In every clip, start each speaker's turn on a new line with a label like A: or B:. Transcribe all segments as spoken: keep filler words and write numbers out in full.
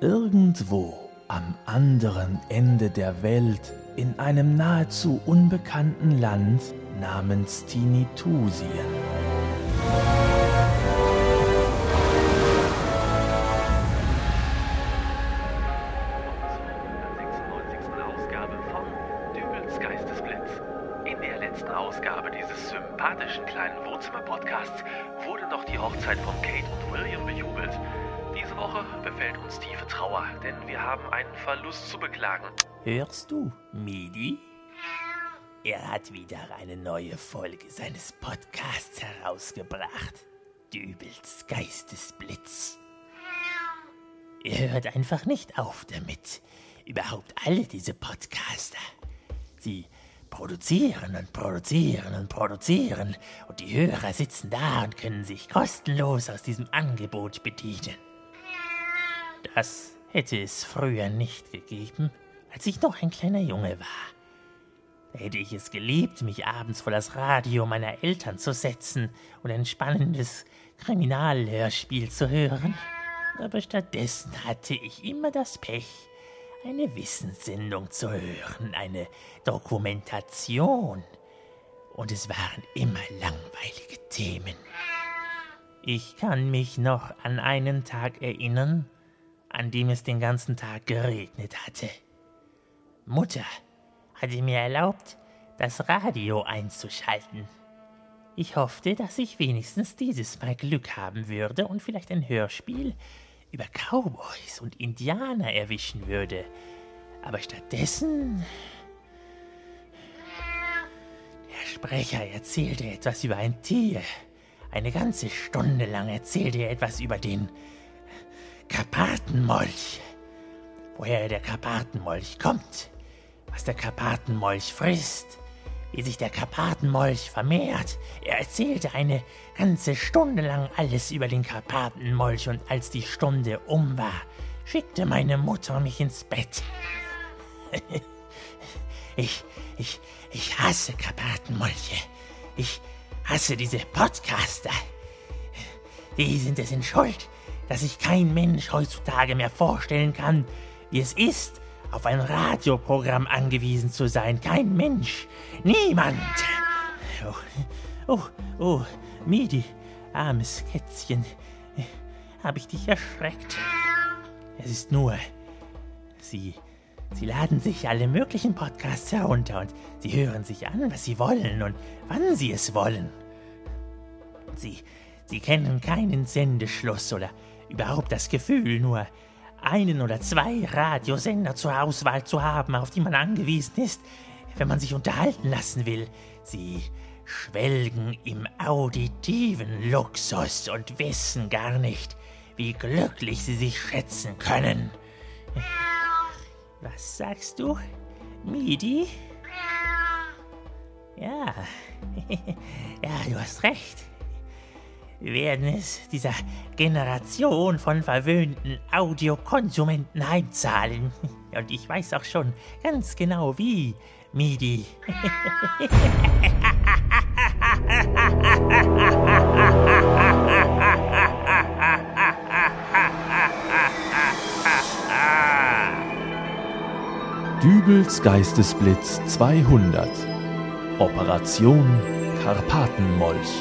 A: Irgendwo am anderen Ende der Welt, in einem nahezu unbekannten Land namens Tinnitusien.
B: Ausgabe von Dübels Geistesblitz. In der letzten Ausgabe dieses sympathischen kleinen Wohnzimmer-Podcasts wurde noch die Hochzeit von Kate und William bejubelt. Diese Woche befällt uns tiefe Trauer, denn wir haben einen Verlust zu beklagen.
C: Hörst du, Midi? Er hat wieder eine neue Folge seines Podcasts herausgebracht. Dübels Geistesblitz. Er hört einfach nicht auf damit. Überhaupt alle diese Podcaster. Sie produzieren und produzieren und produzieren und die Hörer sitzen da und können sich kostenlos aus diesem Angebot bedienen. Das hätte es früher nicht gegeben, als ich noch ein kleiner Junge war. Da hätte ich es geliebt, mich abends vor das Radio meiner Eltern zu setzen und ein spannendes Kriminalhörspiel zu hören. Aber stattdessen hatte ich immer das Pech, eine Wissenssendung zu hören, eine Dokumentation. Und es waren immer langweilige Themen. Ich kann mich noch an einen Tag erinnern, an dem es den ganzen Tag geregnet hatte. Mutter hatte mir erlaubt, das Radio einzuschalten. Ich hoffte, dass ich wenigstens dieses Mal Glück haben würde und vielleicht ein Hörspiel über Cowboys und Indianer erwischen würde. Aber stattdessen... Der Sprecher erzählte etwas über ein Tier. Eine ganze Stunde lang erzählte er etwas über den Karpatenmolch. Woher der Karpatenmolch kommt, was der Karpatenmolch frisst, wie sich der Karpatenmolch vermehrt. Er erzählte eine ganze Stunde lang alles über den Karpatenmolch und als die Stunde um war, schickte meine Mutter mich ins Bett. ich, ich, ich hasse Karpatenmolche. Ich hasse diese Podcaster. Die sind es in Schuld, dass sich kein Mensch heutzutage mehr vorstellen kann, wie es ist, auf ein Radioprogramm angewiesen zu sein. Kein Mensch. Niemand. Oh, oh, oh, Midi, armes Kätzchen. Habe ich dich erschreckt? Es ist nur, sie, sie laden sich alle möglichen Podcasts herunter und sie hören sich an, was sie wollen und wann sie es wollen. Sie, sie kennen keinen Sendeschluss oder überhaupt das Gefühl, nur einen oder zwei Radiosender zur Auswahl zu haben, auf die man angewiesen ist, wenn man sich unterhalten lassen will. Sie schwelgen im auditiven Luxus und wissen gar nicht, wie glücklich sie sich schätzen können. Was sagst du, Midi? Ja, ja, du hast recht. Wir werden es dieser Generation von verwöhnten Audiokonsumenten heimzahlen. Und ich weiß auch schon ganz genau wie, Midi.
A: Dübels Geistesblitz zweihundert. Operation Karpatenmolch.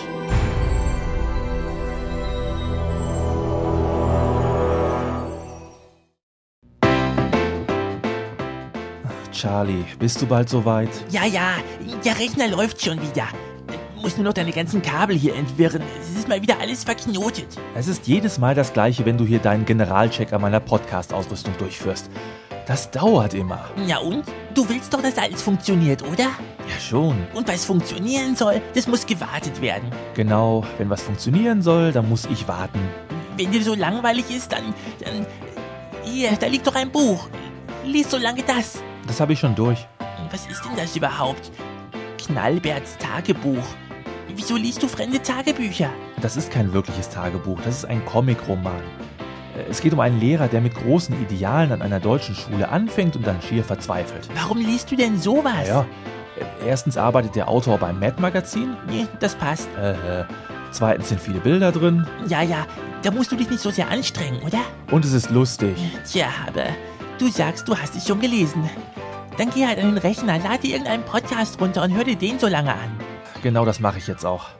A: Charlie, bist du bald soweit?
C: Ja, ja, der Rechner läuft schon wieder. Du musst nur noch deine ganzen Kabel hier entwirren. Es ist mal wieder alles verknotet.
A: Es ist jedes Mal das Gleiche, wenn du hier deinen Generalcheck an meiner Podcast-Ausrüstung durchführst. Das dauert immer.
C: Ja und? Du willst doch, dass alles funktioniert, oder?
A: Ja schon.
C: Und was funktionieren soll, das muss gewartet werden.
A: Genau, wenn was funktionieren soll, dann muss ich warten.
C: Wenn dir so langweilig ist, dann... dann hier, da liegt doch ein Buch. Lies so lange das.
A: Das habe ich schon durch.
C: Was ist denn das überhaupt? Knallberts Tagebuch. Wieso liest du fremde Tagebücher?
A: Das ist kein wirkliches Tagebuch, das ist ein Comic-Roman. Es geht um einen Lehrer, der mit großen Idealen an einer deutschen Schule anfängt und dann schier verzweifelt.
C: Warum liest du denn sowas?
A: Ja, erstens arbeitet der Autor beim Mad-Magazin.
C: Nee, das passt.
A: Äh, Zweitens sind viele Bilder drin.
C: Ja, ja, da musst du dich nicht so sehr anstrengen, oder?
A: Und es ist lustig.
C: Tja, aber du sagst, du hast es schon gelesen. Dann geh halt an den Rechner, lad dir irgendeinen Podcast runter und hör dir den so lange an.
A: Genau das mache ich jetzt auch.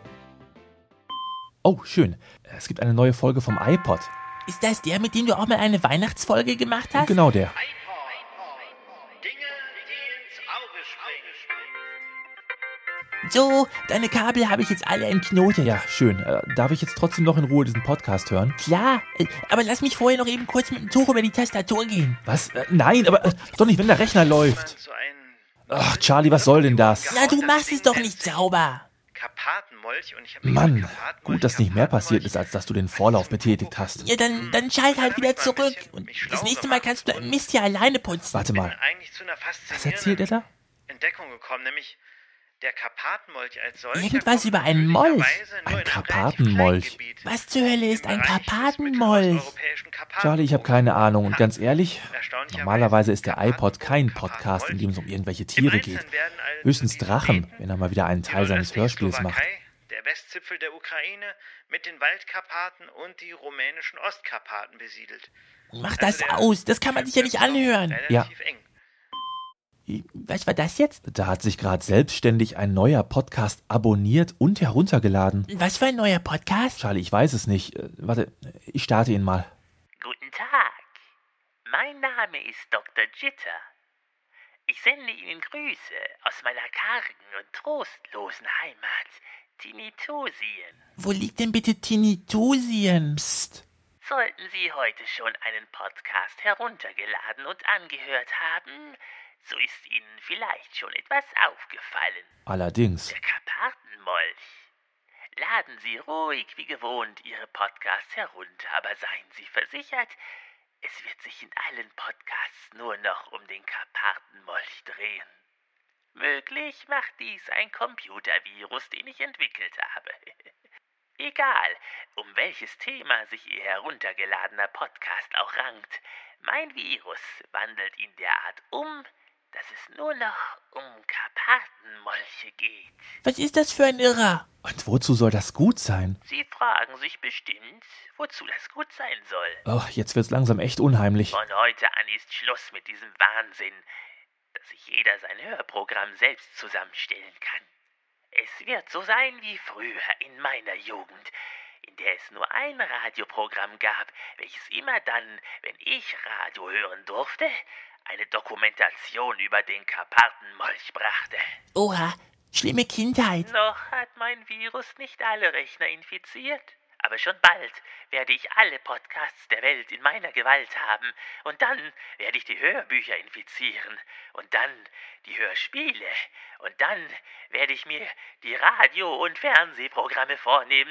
A: Oh, schön. Es gibt eine neue Folge vom iPod.
C: Ist das der, mit dem du auch mal eine Weihnachtsfolge gemacht hast?
A: Genau der.
D: Dinge, die ins Auge springen.
C: So, deine Kabel habe ich jetzt alle entknotet.
A: Ja, schön. Äh, darf ich jetzt trotzdem noch in Ruhe diesen Podcast hören?
C: Klar, äh, aber lass mich vorher noch eben kurz mit dem Tuch über die Tastatur gehen.
A: Was? Äh, nein, aber äh, doch nicht, wenn der Rechner läuft.
D: So ein
A: Ach, Charlie, was soll denn das?
C: Na, du machst es doch nicht sauber.
D: Karpatenmolch und ich habe
A: Mann, gut, dass nicht mehr passiert ist, als dass du den Vorlauf betätigt hast.
C: Ja, dann, dann schalt halt wieder zurück. Und das nächste Mal kannst du deinen Mist hier alleine putzen.
A: Warte
D: bin
A: mal,
D: eigentlich zu einer
A: was erzählt er da?
D: Entdeckung gekommen, nämlich der Karpatenmolch als solcher.
C: Irgendwas
D: kommt
C: über einen Molch.
D: natürlicherweise nur
A: Ein
D: in einem
A: Karpatenmolch.
D: relativ kleinen Gebiet
C: Was zur Hölle ist
D: im
C: ein
D: Bereich des
C: Karpatenmolch?
D: mittelosteuropäischen Karpaten.
A: Charlie, ich habe keine Ahnung. Und ganz ehrlich,
D: Erstaunlicherweise
A: normalerweise ist der iPod kein
D: Karpatenmolch,
A: Podcast, in dem es um irgendwelche
D: Im
A: Tiere
D: Einzelnen
A: geht.
D: werden also
A: Höchstens
D: die
A: Drachen,
D: Tibeten,
A: wenn er mal wieder einen
D: die
A: Teil seines
D: nordöstliche
A: Hörspiels macht.
D: Slowakei, der Westzipfel der Ukraine mit den Waldkarpaten und die rumänischen Ostkarpaten besiedelt.
C: Mach das
D: Also der
C: aus, das kann man sich ja nicht anhören.
D: Relativ
A: Ja.
D: eng.
C: Was war das jetzt?
A: Da hat sich gerade selbstständig ein neuer Podcast abonniert und heruntergeladen.
C: Was für ein neuer Podcast?
A: Charlie, ich weiß es nicht. Äh, warte, ich starte ihn mal.
E: Guten Tag, mein Name ist Doktor Jitter. Ich sende Ihnen Grüße aus meiner kargen und trostlosen Heimat, Tinitosien.
C: Wo liegt denn bitte Tinnitusien?
A: Psst.
E: Sollten Sie heute schon einen Podcast heruntergeladen und angehört haben, so ist Ihnen vielleicht schon etwas aufgefallen.
A: Allerdings.
E: Der Karpatenmolch. Laden Sie ruhig wie gewohnt Ihre Podcasts herunter, aber seien Sie versichert, es wird sich in allen Podcasts nur noch um den Karpatenmolch drehen. Möglich macht dies ein Computervirus, den ich entwickelt habe. Egal, um welches Thema sich Ihr heruntergeladener Podcast auch rankt, mein Virus wandelt ihn derart um, dass es nur noch um Karpatenmolche geht.
C: Was ist das für ein Irrer?
A: Und wozu soll das gut sein?
E: Sie fragen sich bestimmt, wozu das gut sein soll.
A: Oh, jetzt wird's langsam echt unheimlich.
E: Von heute an ist Schluss mit diesem Wahnsinn, dass sich jeder sein Hörprogramm selbst zusammenstellen kann. Es wird so sein wie früher in meiner Jugend, in der es nur ein Radioprogramm gab, welches immer dann, wenn ich Radio hören durfte, eine Dokumentation über den Karpatenmolch brachte.
C: Oha, schlimme Kindheit.
E: Noch hat mein Virus nicht alle Rechner infiziert. Aber schon bald werde ich alle Podcasts der Welt in meiner Gewalt haben. Und dann werde ich die Hörbücher infizieren. Und dann die Hörspiele. Und dann werde ich mir die Radio- und Fernsehprogramme vornehmen.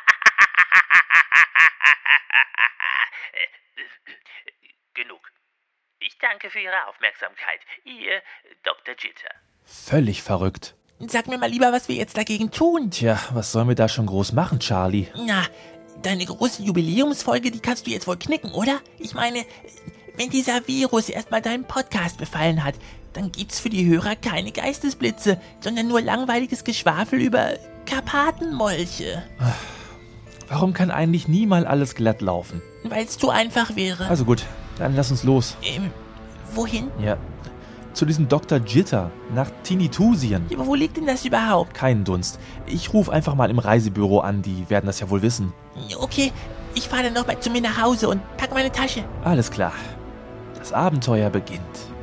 E: Genug. Ich danke für Ihre Aufmerksamkeit. Ihr Doktor Jitter.
A: Völlig verrückt.
C: Sag mir mal lieber, was wir jetzt dagegen tun.
A: Tja, was sollen wir da schon groß machen, Charlie?
C: Na, deine große Jubiläumsfolge, die kannst du jetzt wohl knicken, oder? Ich meine, wenn dieser Virus erstmal deinen Podcast befallen hat, dann gibt's für die Hörer keine Geistesblitze, sondern nur langweiliges Geschwafel über Karpatenmolche.
A: Warum kann eigentlich nie mal alles glatt laufen?
C: Weil's zu einfach wäre.
A: Also gut, dann lass uns los.
C: Ähm, wohin?
A: Ja, zu diesem Doktor Jitter nach Tinnitusien.
C: Aber wo liegt denn das überhaupt?
A: Kein Dunst. Ich rufe einfach mal im Reisebüro an, die werden das ja wohl wissen.
C: Okay, ich fahre dann noch mal zu mir nach Hause und pack meine Tasche.
A: Alles klar. Das Abenteuer beginnt.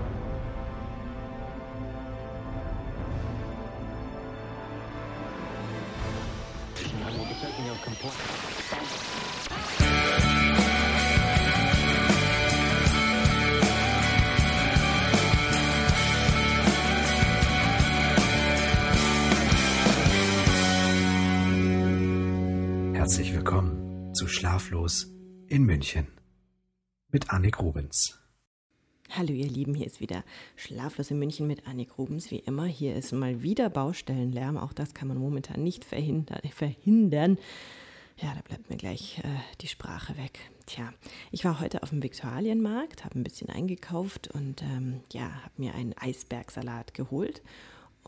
F: Herzlich willkommen zu Schlaflos in München mit Annik Rubens.
G: Hallo ihr Lieben, hier ist wieder Schlaflos in München mit Annik Rubens. Wie immer, hier ist mal wieder Baustellenlärm. Auch das kann man momentan nicht verhindern. verhindern. Ja, da bleibt mir gleich äh, die Sprache weg. Tja, ich war heute auf dem Viktualienmarkt, habe ein bisschen eingekauft und ähm, ja, habe mir einen Eisbergsalat geholt.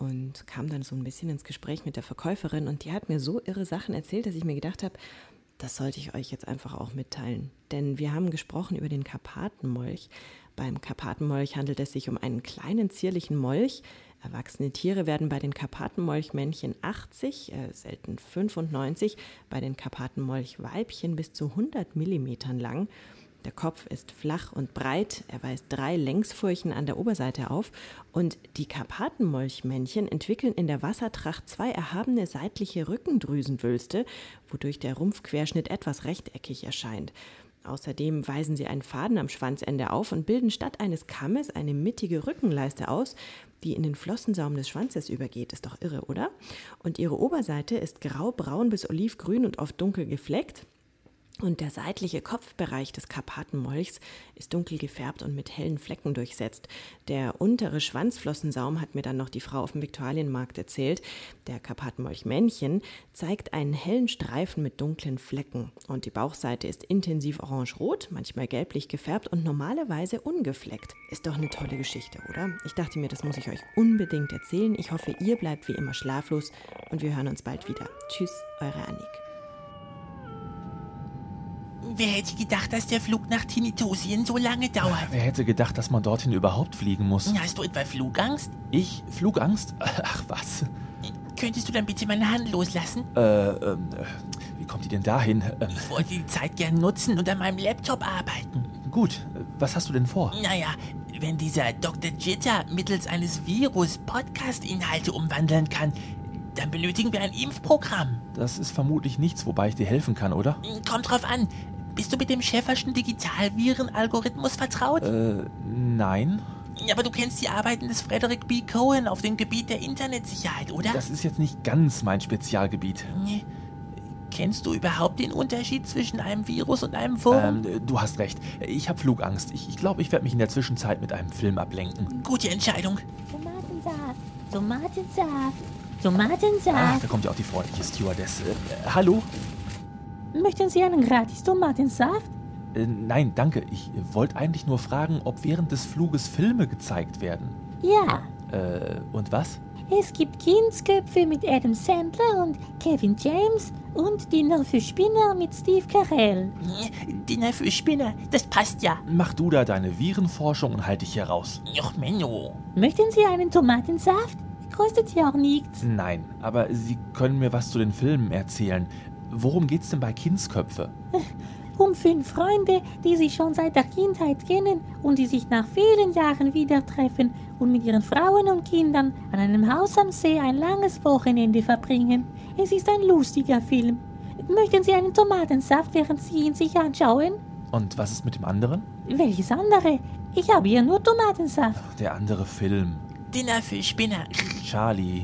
G: und kam dann so ein bisschen ins Gespräch mit der Verkäuferin und die hat mir so irre Sachen erzählt, dass ich mir gedacht habe, das sollte ich euch jetzt einfach auch mitteilen. Denn wir haben gesprochen über den Karpatenmolch. Beim Karpatenmolch handelt es sich um einen kleinen, zierlichen Molch. Erwachsene Tiere werden bei den Karpatenmolchmännchen achtzig, äh, selten fünfundneunzig, bei den Karpatenmolchweibchen bis zu hundert Millimetern lang. Der Kopf ist flach und breit, er weist drei Längsfurchen an der Oberseite auf und die Karpatenmolchmännchen entwickeln in der Wassertracht zwei erhabene seitliche Rückendrüsenwülste, wodurch der Rumpfquerschnitt etwas rechteckig erscheint. Außerdem weisen sie einen Faden am Schwanzende auf und bilden statt eines Kammes eine mittige Rückenleiste aus, die in den Flossensaum des Schwanzes übergeht. Ist doch irre, oder? Und ihre Oberseite ist graubraun bis olivgrün und oft dunkel gefleckt. Und der seitliche Kopfbereich des Karpatenmolchs ist dunkel gefärbt und mit hellen Flecken durchsetzt. Der untere Schwanzflossensaum, hat mir dann noch die Frau auf dem Viktualienmarkt erzählt, der Karpatenmolchmännchen zeigt einen hellen Streifen mit dunklen Flecken. Und die Bauchseite ist intensiv orange-rot, manchmal gelblich gefärbt und normalerweise ungefleckt. Ist doch eine tolle Geschichte, oder? Ich dachte mir, das muss ich euch unbedingt erzählen. Ich hoffe, ihr bleibt wie immer schlaflos und wir hören uns bald wieder. Tschüss, eure Annik.
C: Wer hätte gedacht, dass der Flug nach Tinnitusien so lange dauert?
A: Wer hätte gedacht, dass man dorthin überhaupt fliegen muss?
C: Hast du etwa Flugangst?
A: Ich? Flugangst? Ach was.
C: Könntest du dann bitte meine Hand loslassen?
A: Äh, ähm, wie kommt die denn dahin? Ähm,
C: Ich wollte die Zeit gern nutzen und an meinem Laptop arbeiten.
A: gut, was hast du denn vor?
C: Naja, wenn dieser Doktor Jitter mittels eines Virus Podcast-Inhalte umwandeln kann, dann benötigen wir ein Impfprogramm.
A: Das ist vermutlich nichts, wobei ich dir helfen kann, oder?
C: Kommt drauf an. Bist du mit dem Schäferschen Digitalviren-Algorithmus vertraut?
A: Äh, nein.
C: Aber du kennst die Arbeiten des Frederick B. Cohen auf dem Gebiet der Internetsicherheit, oder?
A: Das ist jetzt nicht ganz mein Spezialgebiet.
C: Nee. Kennst du überhaupt den Unterschied zwischen einem Virus und einem Wurm?
A: Ähm, du hast recht. Ich habe Flugangst. Ich, ich glaube, ich werde mich in der Zwischenzeit mit einem Film ablenken.
C: Gute Entscheidung.
H: Tomatensaft, Tomatensaft,
A: Ach,
H: Tomatensaft.
A: da kommt ja auch die freundliche Stewardess. Äh, hallo?
H: Möchten Sie einen gratis Tomatensaft?
A: Äh, nein, danke. Ich wollte eigentlich nur fragen, ob während des Fluges Filme gezeigt werden.
H: Ja,
A: Äh, und was?
H: es gibt Kindsköpfe mit Adam Sandler und Kevin James und Dinner für Spinner mit Steve Carell.
C: Dinner für Spinner, das passt ja.
A: Mach du da deine Virenforschung und halt dich hier raus.
C: Och, Menno.
H: Möchten Sie einen Tomatensaft? Kostet ja auch nichts.
A: Nein, aber Sie können mir was zu den Filmen erzählen. Worum geht's denn bei Kindsköpfe?
H: Um fünf Freunde, die sich schon seit der Kindheit kennen und die sich nach vielen Jahren wieder treffen und mit ihren Frauen und Kindern an einem Haus am See ein langes Wochenende verbringen. Es ist ein lustiger Film. Möchten Sie einen Tomatensaft, während Sie ihn sich anschauen?
A: Und was ist mit dem anderen?
H: Welches andere? Ich habe hier nur Tomatensaft.
A: Der andere Film.
C: Dinner für Spinner.
A: Charlie.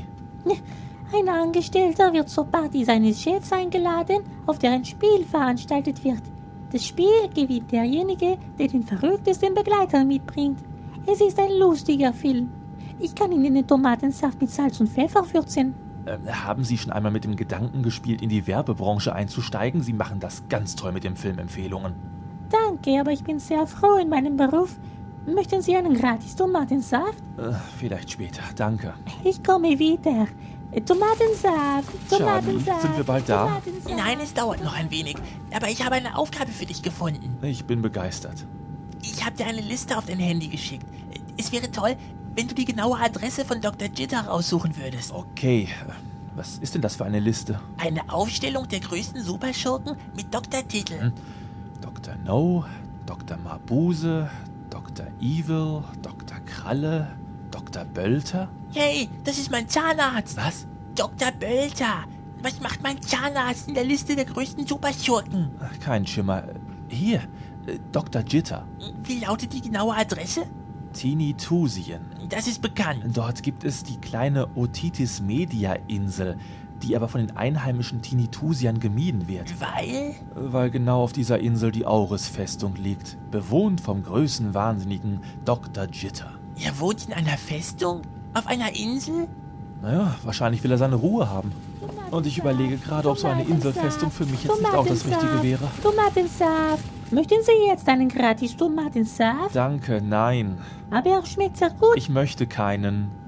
H: Ein Angestellter wird zur Party seines Chefs eingeladen, auf der ein Spiel veranstaltet wird. Das Spiel gewinnt derjenige, der den verrücktesten Begleiter mitbringt. Es ist ein lustiger Film. Ich kann Ihnen den Tomatensaft mit Salz und Pfeffer würzen.
A: Äh, haben Sie schon einmal mit dem Gedanken gespielt, in die Werbebranche einzusteigen? Sie machen das ganz toll mit den Filmempfehlungen.
H: Danke, aber ich bin sehr froh in meinem Beruf. Möchten Sie einen gratis Tomatensaft?
A: Äh, vielleicht später, danke.
H: Ich komme wieder. Tomatensaft,
A: Charlie,
H: Tomatensaft.
A: sind wir bald da?
H: Tomatensaft.
C: Nein, es dauert noch ein wenig. Aber ich habe eine Aufgabe für dich gefunden.
A: Ich bin begeistert.
C: Ich habe dir eine Liste auf dein Handy geschickt. Es wäre toll, wenn du die genaue Adresse von Doktor Jitter raussuchen würdest.
A: Okay, was ist denn das für eine Liste?
C: Eine Aufstellung der größten Superschurken mit Doktortiteln.
A: Doktor No, Doktor Mabuse, Doktor Evil, Doktor Kralle, Doktor Bölter?
C: Hey, das ist mein Zahnarzt.
A: Was?
C: Doktor Bölter. Was macht mein Zahnarzt in der Liste der größten Superschurken?
A: Ach, kein Schimmer. Hier, äh, Doktor Jitter.
C: Wie lautet die genaue Adresse?
A: Tinnitusien.
C: Das ist bekannt.
A: Dort gibt es die kleine Otitis Media Insel, die aber von den einheimischen Tinnitusiern gemieden wird.
C: Weil?
A: Weil genau auf dieser Insel die Auris-Festung liegt, bewohnt vom größenwahnsinnigen Doktor Jitter.
C: Er wohnt in einer Festung? Auf einer Insel?
A: Naja, wahrscheinlich will er seine Ruhe haben. Und ich überlege gerade, ob so eine Inselfestung für mich jetzt nicht auch das Richtige wäre.
H: Tomatensaft. Möchten Sie jetzt einen gratis Tomatensaft?
A: Danke, nein.
H: Aber er schmeckt sehr gut.
A: Ich möchte keinen.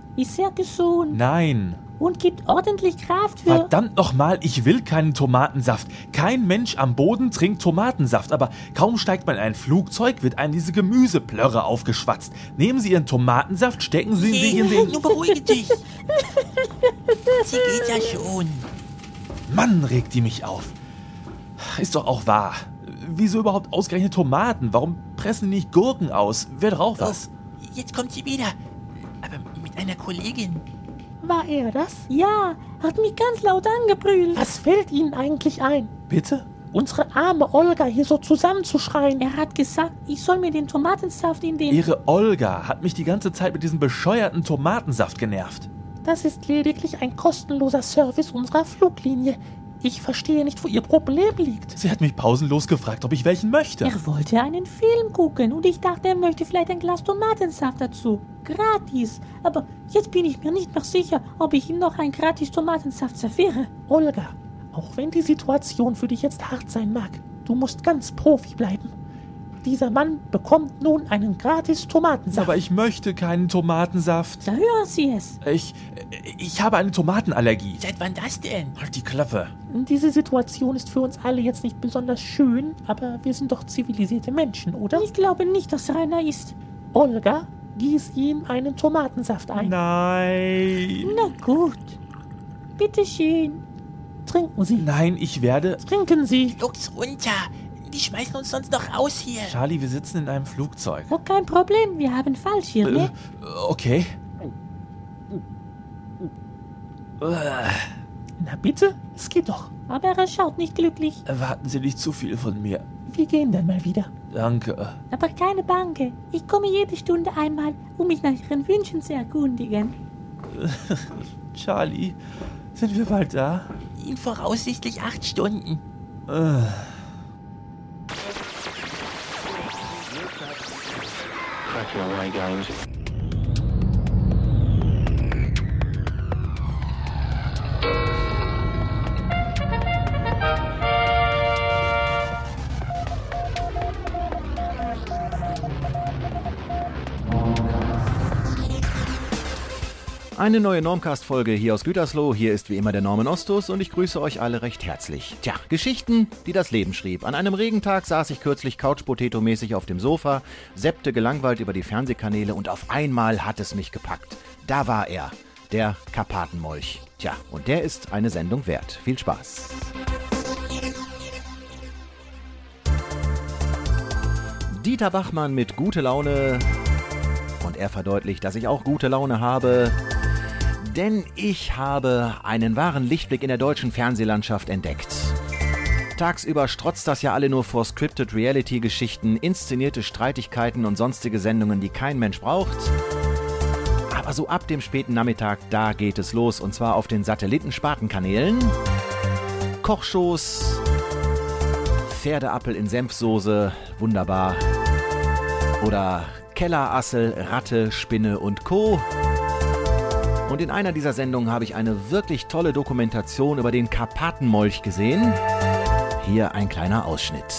H: Ist sehr gesund
A: Nein.
H: und gibt ordentlich Kraft für...
A: Verdammt nochmal, ich will keinen Tomatensaft. Kein Mensch am Boden trinkt Tomatensaft, aber kaum steigt man in ein Flugzeug, wird einem diese Gemüseplörre aufgeschwatzt. Nehmen Sie Ihren Tomatensaft, stecken Sie ihn sich in den...
C: Nur beruhige dich. Sie geht ja schon.
A: Mann, regt die mich auf. Ist doch auch wahr. Wieso überhaupt ausgerechnet Tomaten? Warum pressen die nicht Gurken aus? Wer drauf was?
C: Oh, jetzt kommt sie wieder. Aber mit einer Kollegin.
I: War er das?
H: Ja, hat mich ganz laut angebrüllt.
I: Was fällt Ihnen eigentlich ein,
A: Bitte?
I: unsere arme Olga hier so zusammenzuschreien?
H: Er hat gesagt, ich soll mir den Tomatensaft in den...
A: Ihre Olga hat mich die ganze Zeit mit diesem bescheuerten Tomatensaft genervt.
I: Das ist lediglich ein kostenloser Service unserer Fluglinie. Ich verstehe nicht, wo Ihr Problem liegt.
A: Sie hat mich pausenlos gefragt, ob ich welchen möchte.
H: Er wollte einen Film gucken und ich dachte, er möchte vielleicht ein Glas Tomatensaft dazu. Gratis. Aber jetzt bin ich mir nicht mehr sicher, ob ich ihm noch einen gratis Tomatensaft serviere.
I: Olga, auch wenn die Situation für dich jetzt hart sein mag, du musst ganz Profi bleiben. Dieser Mann bekommt nun einen gratis Tomatensaft.
A: Aber ich möchte keinen Tomatensaft.
H: Da hören Sie es.
A: Ich, ich habe eine Tomatenallergie.
C: Seit wann das denn?
A: Halt die Klappe.
I: Diese Situation ist für uns alle jetzt nicht besonders schön, aber wir sind doch zivilisierte Menschen, oder?
H: Ich glaube nicht, dass er einer ist.
I: Olga, gieß ihm einen Tomatensaft ein.
A: Nein.
H: Na gut. Bitte schön.
I: Trinken Sie.
A: Nein, ich werde...
I: Trinken Sie.
C: Schluck's runter. Die schmeißen uns sonst noch raus hier.
A: Charlie, wir sitzen in einem Flugzeug.
H: Oh, kein Problem. Wir haben Fallschirme.
A: Äh, okay.
I: Na bitte, es geht doch.
H: Aber er schaut nicht glücklich.
A: Erwarten Sie nicht zu viel von mir.
I: Wir gehen dann mal wieder.
A: Danke.
H: Aber keine Bange. Ich komme jede Stunde einmal, um mich nach Ihren Wünschen zu erkundigen.
A: Charlie, sind wir bald da?
C: In voraussichtlich acht Stunden.
A: Äh.
J: Eine neue Normcast-Folge hier aus Gütersloh. Hier ist wie immer der Norman Ostus und ich grüße euch alle recht herzlich. Tja, Geschichten, die das Leben schrieb. An einem Regentag saß ich kürzlich Couch-Potato-mäßig auf dem Sofa, seppte gelangweilt über die Fernsehkanäle und auf einmal hat es mich gepackt. Da war er, der Karpatenmolch. Tja, und der ist eine Sendung wert. Viel Spaß. Dieter Bachmann mit Gute Laune. Und er verdeutlicht, dass ich auch gute Laune habe. Denn ich habe einen wahren Lichtblick in der deutschen Fernsehlandschaft entdeckt. Tagsüber strotzt das ja alle nur vor Scripted Reality-Geschichten, inszenierte Streitigkeiten und sonstige Sendungen, die kein Mensch braucht. Aber so ab dem späten Nachmittag, da geht es los. Und zwar auf den Satellitenspartenkanälen. Kochshows, Pferdeappel in Senfsoße, wunderbar. Oder Kellerassel, Ratte, Spinne und Co. Und in einer dieser Sendungen habe ich eine wirklich tolle Dokumentation über den Karpatenmolch gesehen. Hier ein kleiner Ausschnitt.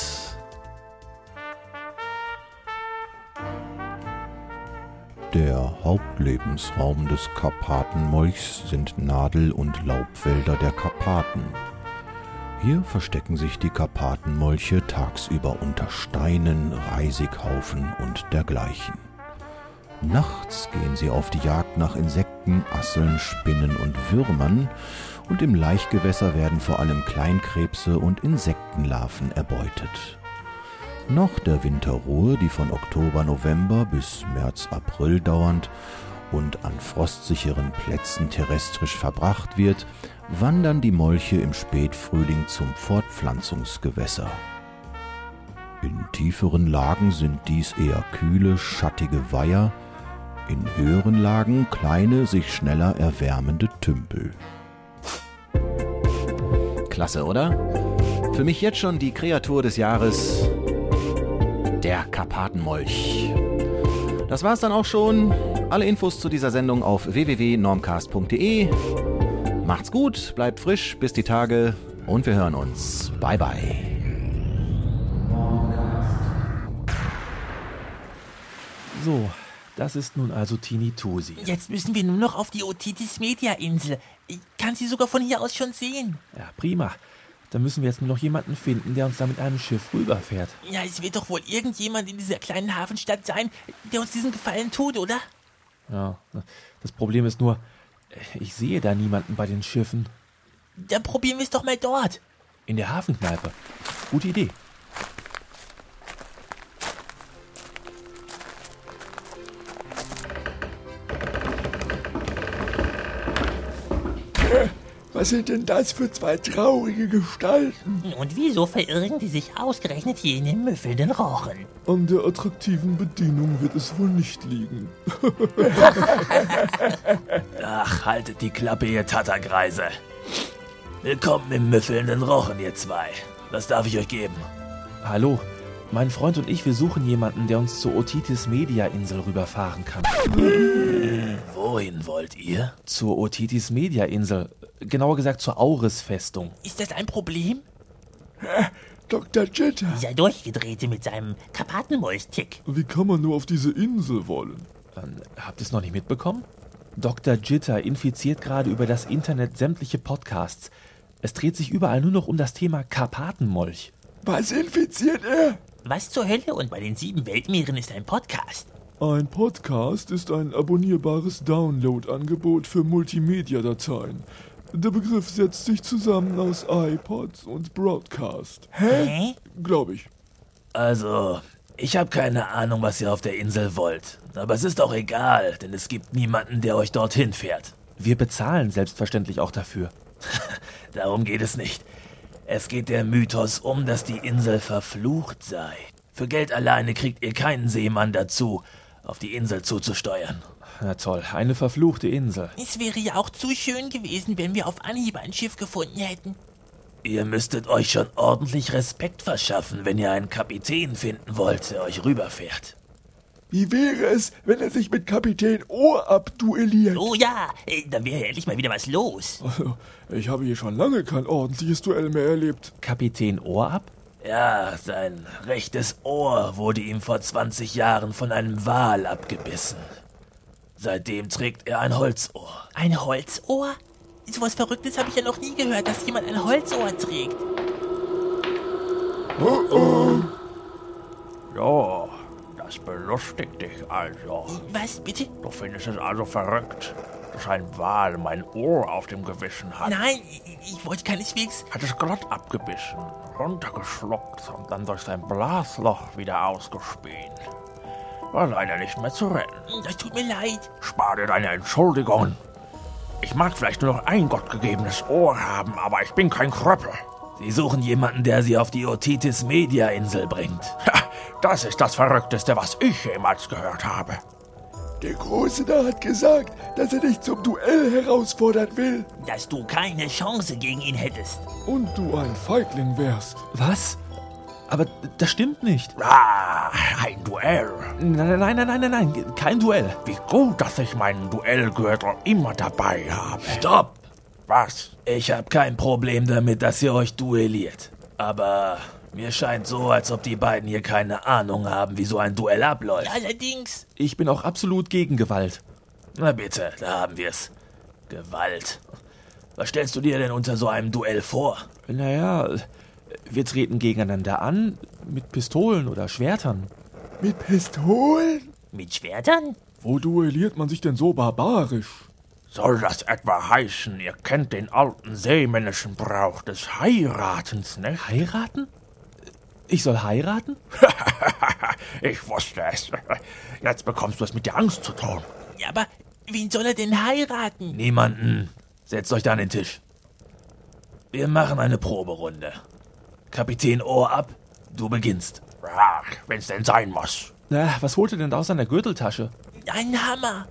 K: Der Hauptlebensraum des Karpatenmolchs sind Nadel- und Laubwälder der Karpaten. Hier verstecken sich die Karpatenmolche tagsüber unter Steinen, Reisighaufen und dergleichen. Nachts gehen sie auf die Jagd nach Insekten, Asseln, Spinnen und Würmern und im Laichgewässer werden vor allem Kleinkrebse und Insektenlarven erbeutet. Nach der Winterruhe, die von Oktober, November bis März, April dauernd und an frostsicheren Plätzen terrestrisch verbracht wird, wandern die Molche im Spätfrühling zum Fortpflanzungsgewässer. In tieferen Lagen sind dies eher kühle, schattige Weiher, in höheren Lagen kleine, sich schneller erwärmende Tümpel.
J: Klasse, oder? Für mich jetzt schon die Kreatur des Jahres, der Karpatenmolch. Das war's dann auch schon. Alle Infos zu dieser Sendung auf w w w punkt normcast punkt d e. Macht's gut, bleibt frisch, bis die Tage und wir hören uns. Bye bye.
A: So, Das ist nun also Tinitusi.
C: Jetzt müssen wir nur noch auf die Otitis-Media-Insel. Ich kann sie sogar von hier aus schon sehen.
A: Ja, prima. Dann müssen wir jetzt nur noch jemanden finden, der uns da mit einem Schiff rüberfährt.
C: Ja, es wird doch wohl irgendjemand in dieser kleinen Hafenstadt sein, der uns diesen Gefallen tut, oder?
A: Ja, das Problem ist nur, ich sehe da niemanden bei den Schiffen.
C: Dann probieren wir es doch mal dort.
A: In der Hafenkneipe. Gute Idee.
L: Was sind denn das für zwei traurige Gestalten?
H: Und wieso verirren die sich ausgerechnet hier in den müffelnden Rochen?
L: An der attraktiven Bedienung wird es wohl nicht liegen.
C: Ach, haltet die Klappe, ihr Tattergreise. Willkommen im müffelnden Rochen, ihr zwei. Was darf ich euch geben?
A: Hallo, mein Freund und ich, wir suchen jemanden, der uns zur Otitis-Media-Insel rüberfahren kann.
C: Wohin wollt ihr?
A: Zur Otitis-Media-Insel. Genauer gesagt zur Auris-Festung.
C: Ist das ein Problem?
L: Doktor Jitter.
H: Dieser Durchgedrehte mit seinem Karpatenmäustick.
L: Wie kann man nur auf diese Insel wollen?
A: Ähm, habt ihr es noch nicht mitbekommen? Doktor Jitter infiziert gerade über das Internet sämtliche Podcasts. Es dreht sich überall nur noch um das Thema Karpatenmolch.
L: Was infiziert er?
H: Was zur Hölle und bei den sieben Weltmeeren ist ein Podcast?
L: Ein Podcast ist ein abonnierbares Download-Angebot für Multimedia-Dateien. Der Begriff setzt sich zusammen aus iPods und Broadcast.
H: Hä? Hä?
L: Glaube ich.
C: Also, ich habe keine Ahnung, was ihr auf der Insel wollt. Aber es ist auch egal, denn es gibt niemanden, der euch dorthin fährt.
A: Wir bezahlen selbstverständlich auch dafür.
C: Darum geht es nicht. Es geht der Mythos um, dass die Insel verflucht sei. Für Geld alleine kriegt ihr keinen Seemann dazu, auf die Insel zuzusteuern.
A: Na toll, eine verfluchte Insel.
C: Es wäre ja auch zu schön gewesen, wenn wir auf Anhieb ein Schiff gefunden hätten. Ihr müsstet euch schon ordentlich Respekt verschaffen, wenn ihr einen Kapitän finden wollt, der euch rüberfährt.
L: Wie wäre es, wenn er sich mit Kapitän Ohrab duelliert?
H: Oh ja, dann wäre endlich mal wieder was los.
L: Also, ich habe hier schon lange kein ordentliches Duell mehr erlebt.
A: Kapitän Ohrab?
C: Ja, sein rechtes Ohr wurde ihm vor zwanzig Jahren von einem Wal abgebissen. Seitdem trägt er ein Holzohr.
H: Ein Holzohr? So was Verrücktes habe ich ja noch nie gehört, dass jemand ein Holzohr trägt.
L: Oh oh.
M: Ja, das belustigt dich also.
H: Was, bitte?
M: Du findest es also verrückt, dass ein Wal mein Ohr auf dem Gewissen hat.
H: Nein, ich, ich wollte keineswegs...
M: Hat es glatt abgebissen, runtergeschluckt und dann durch sein Blasloch wieder ausgespäht. War leider nicht mehr zu retten.
H: Das tut mir leid.
M: Spar dir deine Entschuldigungen. Ich mag vielleicht nur noch ein gottgegebenes Ohr haben, aber ich bin kein Kröppel.
C: Sie suchen jemanden, der sie auf die Otitis-Media-Insel bringt.
M: Ha, das ist das Verrückteste, was ich jemals gehört habe.
L: Der Große da hat gesagt, dass er dich zum Duell herausfordern will.
H: Dass du keine Chance gegen ihn hättest.
L: Und du ein Feigling wärst.
A: Was? Aber das stimmt nicht.
M: Ah, ein Duell.
A: Nein, nein, nein, nein, nein, nein, kein Duell.
M: Wie gut, dass ich meinen Duellgürtel immer dabei habe.
C: Stopp!
M: Was?
C: Ich habe kein Problem damit, dass ihr euch duelliert. Aber mir scheint so, als ob die beiden hier keine Ahnung haben, wie so ein Duell abläuft.
H: Allerdings.
A: Ich bin auch absolut gegen Gewalt.
C: Na bitte, da haben wir's. Gewalt. Was stellst du dir denn unter so einem Duell vor?
A: Naja, wir treten gegeneinander an, mit Pistolen oder Schwertern.
L: Mit Pistolen?
H: Mit Schwertern?
L: Wo duelliert man sich denn so barbarisch?
M: Soll das etwa heißen, ihr kennt den alten seemännischen Brauch des Heiratens, nicht?
A: Heiraten? Ich soll heiraten?
M: Ich wusste es. Jetzt bekommst du es mit der Angst zu tun.
H: Ja, aber wen soll er denn heiraten?
C: Niemanden. Setzt euch da an den Tisch. Wir machen eine Proberunde. Kapitän Ohrab, du beginnst.
M: Ja, wenn's denn sein muss.
A: Na, was holt ihr denn da aus seiner Gürteltasche?
H: Ein Hammer.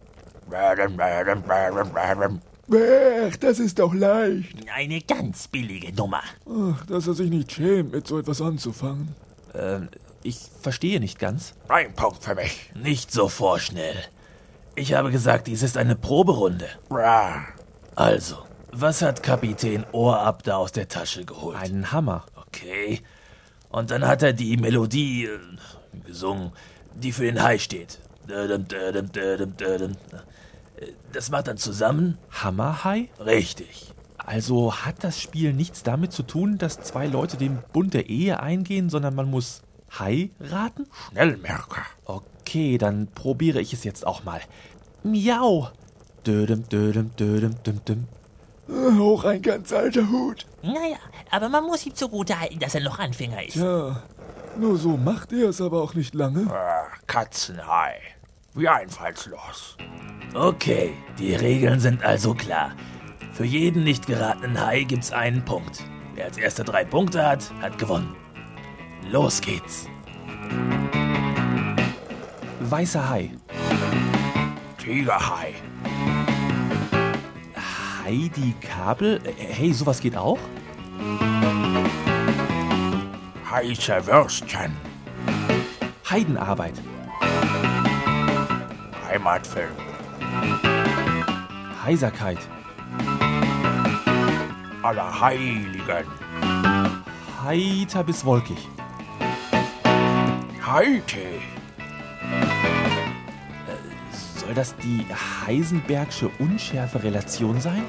L: Ach, das ist doch leicht.
H: Eine ganz billige Nummer.
L: Ach, dass er sich nicht schämt, mit so etwas anzufangen.
A: Ähm, ich verstehe nicht ganz.
M: Ein Punkt für mich.
C: Nicht so vorschnell. Ich habe gesagt, dies ist eine Proberunde.
M: Ja.
C: Also, was hat Kapitän Ohrab da aus der Tasche geholt?
A: Einen Hammer.
C: Okay. Und dann hat er die Melodie äh, gesungen, die für den Hai steht. Das macht dann zusammen
A: Hammerhai?
C: richtig.
A: Also hat das Spiel nichts damit zu tun, dass zwei Leute den Bund der Ehe eingehen, sondern man muss Hai raten?
M: Schnellmerker.
A: Okay, dann probiere ich es jetzt auch mal. Miau. Dödem, dödem, dödem, düm, düm.
L: Auch ein ganz alter Hut.
H: Naja, aber man muss ihm zugute halten, dass er noch Anfänger ist.
L: Tja, nur so macht er es aber auch nicht lange.
M: Äh, Katzenhai. Wie einfallslos.
C: Okay, die Regeln sind also klar. Für jeden nicht geratenen Hai gibt's einen Punkt. Wer als erster drei Punkte hat, hat gewonnen. Los geht's.
A: Weißer Hai.
M: Tigerhai.
A: Heidi Kabel? Hey, sowas geht auch?
M: Heiße Würstchen.
A: Heidenarbeit.
M: Heimatfilm.
A: Heiserkeit.
M: Allerheiligen.
A: Heiter bis wolkig.
M: Haiti.
A: Soll das die Heisenbergsche Unschärferelation sein?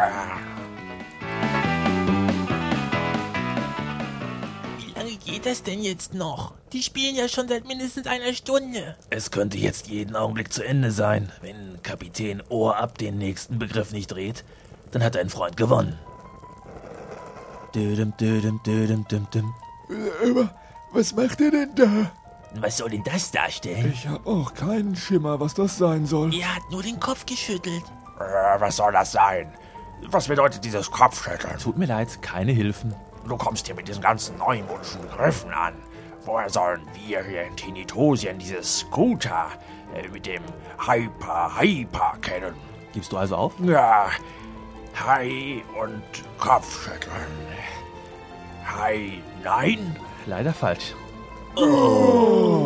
C: Wie lange geht das denn jetzt noch? Die spielen ja schon seit mindestens einer Stunde. Es könnte jetzt jeden Augenblick zu Ende sein. Wenn Kapitän Ohrab den nächsten Begriff nicht dreht, dann hat ein Freund gewonnen. Dödem, dödem, dödem, düm, düm.
L: Aber was macht er denn da?
C: Was soll denn das darstellen?
L: Ich habe auch keinen Schimmer, was das sein soll.
C: Er hat nur den Kopf geschüttelt.
M: Äh, was soll das sein? Was bedeutet dieses Kopfschütteln?
A: Tut mir leid, keine Hilfen.
M: Du kommst hier mit diesen ganzen neumodischen Begriffen an. Woher sollen wir hier in Tinitosien dieses Scooter äh, mit dem Hyper Hyper kennen?
A: Gibst du also auf?
M: Ja, Hai und Kopfschütteln. Hai, nein?
A: Leider falsch.
C: Oh.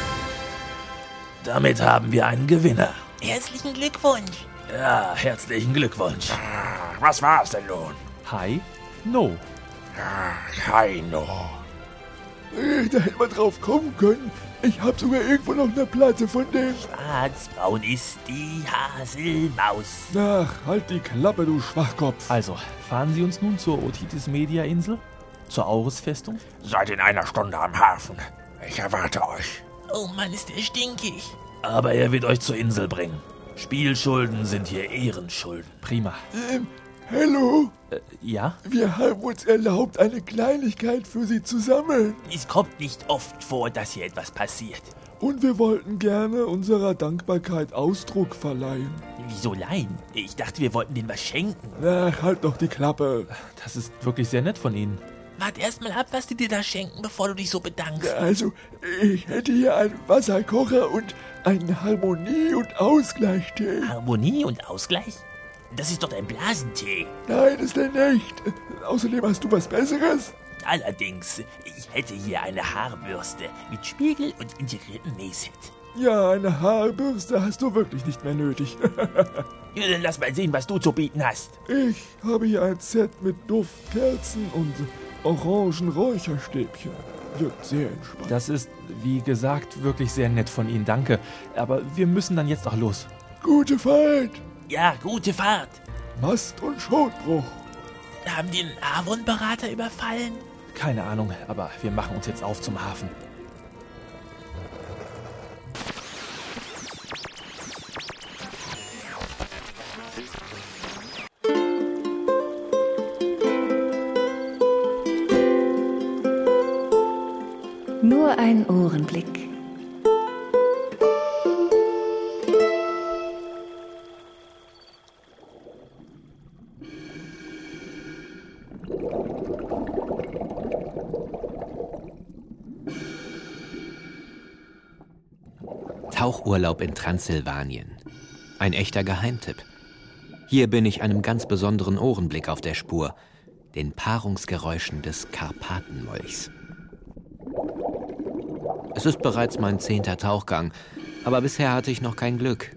C: Damit haben wir einen Gewinner.
H: Herzlichen Glückwunsch.
C: Ja, herzlichen Glückwunsch.
M: Was war's denn nun?
A: Hai, no.
M: Hai, no.
L: Da hätte man drauf kommen können. Ich habe sogar irgendwo noch eine Platte von dem.
C: Schwarzbraun ist die Haselmaus.
L: Ach, halt die Klappe, du Schwachkopf.
A: Also, fahren Sie uns nun zur Otitis Media Insel? Zur Auris-Festung?
M: Seid in einer Stunde am Hafen. Ich erwarte euch.
H: Oh Mann, ist der stinkig.
C: Aber er wird euch zur Insel bringen. Spielschulden sind hier Ehrenschulden.
A: Prima.
L: Ähm, hallo?
A: Äh, ja?
L: Wir haben uns erlaubt, eine Kleinigkeit für Sie zu sammeln.
C: Es kommt nicht oft vor, dass hier etwas passiert.
L: Und wir wollten gerne unserer Dankbarkeit Ausdruck verleihen.
C: Wieso leihen? Ich dachte, wir wollten denen was schenken.
L: Ach, halt doch die Klappe.
A: Das ist wirklich sehr nett von Ihnen.
H: Wart erst mal ab, was die dir da schenken, bevor du dich so bedankst.
L: Also, ich hätte hier einen Wasserkocher und einen Harmonie- und Ausgleichtee.
C: Harmonie und Ausgleich? Das ist doch dein Blasentee.
L: Nein, ist er nicht. Außerdem hast du was Besseres?
C: Allerdings, ich hätte hier eine Haarbürste mit Spiegel und integriertem Nähset.
L: Ja, eine Haarbürste hast du wirklich nicht mehr nötig.
C: Ja, dann lass mal sehen, was du zu bieten hast.
L: Ich habe hier ein Set mit Duftkerzen und Orangen-Räucherstäbchen. Wirkt sehr entspannt.
A: Das ist, wie gesagt, wirklich sehr nett von Ihnen, danke. Aber wir müssen dann jetzt auch los.
L: Gute Fahrt.
C: Ja, gute Fahrt.
L: Mast- und Schotbruch.
H: Haben die einen Avon-Berater überfallen?
A: Keine Ahnung, aber wir machen uns jetzt auf zum Hafen.
N: Nur ein Ohrenblick.
O: Tauchurlaub in Transsilvanien. Ein echter Geheimtipp. Hier bin ich einem ganz besonderen Ohrenblick auf der Spur, den Paarungsgeräuschen des Karpatenmolchs. Es ist bereits mein zehnter Tauchgang, aber bisher hatte ich noch kein Glück.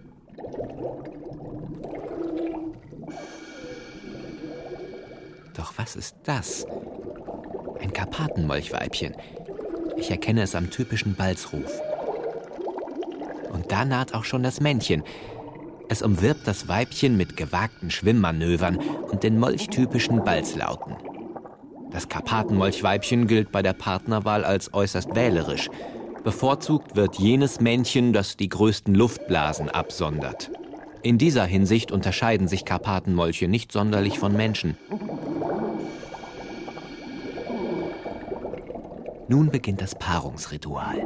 O: Doch was ist das? Ein Karpatenmolchweibchen. Ich erkenne es am typischen Balzruf. Und da naht auch schon das Männchen. Es umwirbt das Weibchen mit gewagten Schwimmmanövern und den molchtypischen Balzlauten. Das Karpatenmolchweibchen gilt bei der Partnerwahl als äußerst wählerisch. Bevorzugt wird jenes Männchen, das die größten Luftblasen absondert. In dieser Hinsicht unterscheiden sich Karpatenmolche nicht sonderlich von Menschen. Nun beginnt das Paarungsritual.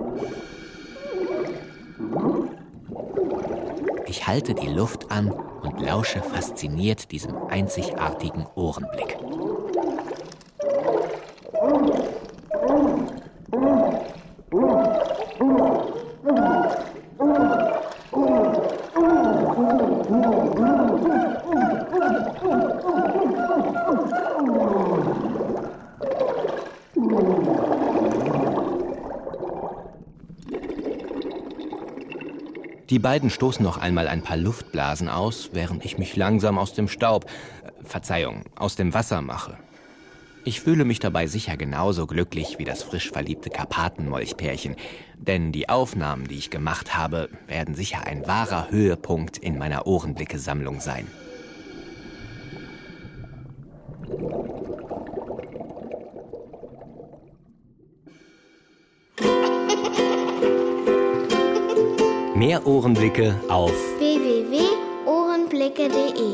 O: Ich halte die Luft an und lausche fasziniert diesem einzigartigen Ohrenblick. Die beiden stoßen noch einmal ein paar Luftblasen aus, während ich mich langsam aus dem Staub, äh, Verzeihung, aus dem Wasser mache. Ich fühle mich dabei sicher genauso glücklich wie das frisch verliebte Karpatenmolchpärchen, denn die Aufnahmen, die ich gemacht habe, werden sicher ein wahrer Höhepunkt in meiner Ohrenblicke-Sammlung sein. Mehr Ohrenblicke auf
P: w w w punkt ohrenblicke punkt de.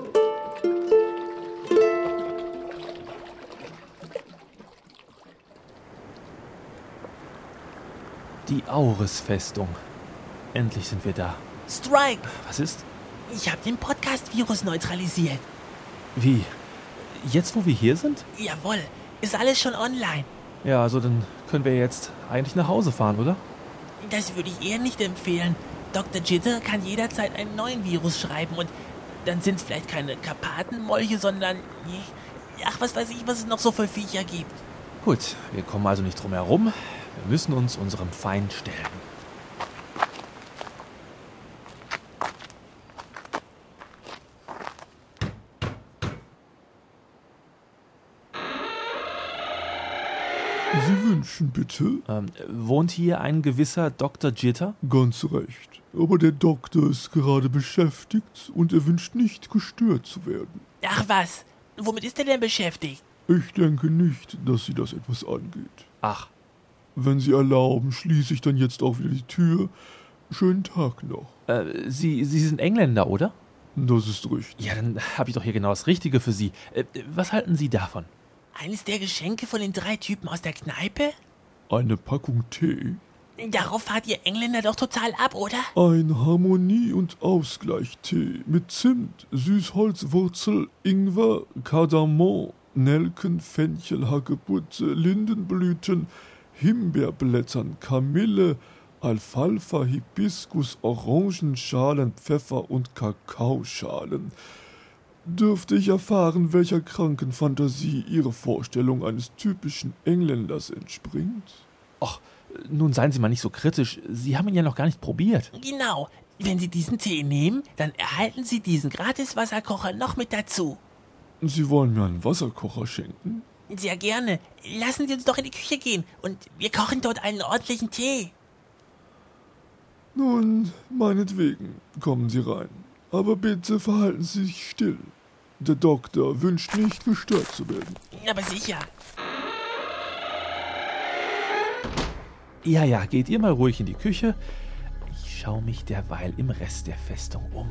A: Die Auris-Festung. Endlich sind wir da.
C: Strike!
A: Was ist?
C: Ich habe den Podcast-Virus neutralisiert.
A: Wie? Jetzt, wo wir hier sind?
C: Jawohl, ist alles schon online.
A: Ja, also dann können wir jetzt eigentlich nach Hause fahren, oder?
C: Das würde ich eher nicht empfehlen. Doktor Jitter kann jederzeit einen neuen Virus schreiben und dann sind es vielleicht keine Karpatenmolche, sondern... Ach, was weiß ich, was es noch so für Viecher gibt.
A: Gut, wir kommen also nicht drum herum. Wir müssen uns unserem Feind stellen.
L: Sie wünschen bitte?
A: Ähm, wohnt hier ein gewisser Doktor Jitter?
L: Ganz recht. Aber der Doktor ist gerade beschäftigt und er wünscht nicht gestört zu werden.
C: Ach was, womit ist er denn beschäftigt?
L: Ich denke nicht, dass Sie das etwas angeht.
A: Ach.
L: Wenn Sie erlauben, schließe ich dann jetzt auch wieder die Tür. Schönen Tag noch.
A: Äh, Sie, Sie sind Engländer, oder?
L: Das ist richtig.
A: Ja, dann habe ich doch hier genau das Richtige für Sie. Äh, was halten Sie davon?
C: Eines der Geschenke von den drei Typen aus der Kneipe?
L: Eine Packung Tee?
C: Darauf fahrt ihr Engländer doch total ab, oder?
L: Ein Harmonie- und Ausgleich-Tee mit Zimt, Süßholzwurzel, Ingwer, Kardamom, Nelken, Fenchel, Hagebutte, Lindenblüten, Himbeerblättern, Kamille, Alfalfa, Hibiskus, Orangenschalen, Pfeffer und Kakaoschalen. Dürfte ich erfahren, welcher kranken Fantasie Ihre Vorstellung eines typischen Engländers entspringt?
A: Ach, nun seien Sie mal nicht so kritisch. Sie haben ihn ja noch gar nicht probiert.
C: Genau. Wenn Sie diesen Tee nehmen, dann erhalten Sie diesen Gratis-Wasserkocher noch mit dazu.
L: Sie wollen mir einen Wasserkocher schenken?
C: Sehr gerne. Lassen Sie uns doch in die Küche gehen und wir kochen dort einen ordentlichen Tee.
L: Nun, meinetwegen, kommen Sie rein. Aber bitte verhalten Sie sich still. Der Doktor wünscht nicht, gestört zu werden.
C: Aber sicher.
A: Ja, ja, geht ihr mal ruhig in die Küche. Ich schaue mich derweil im Rest der Festung um.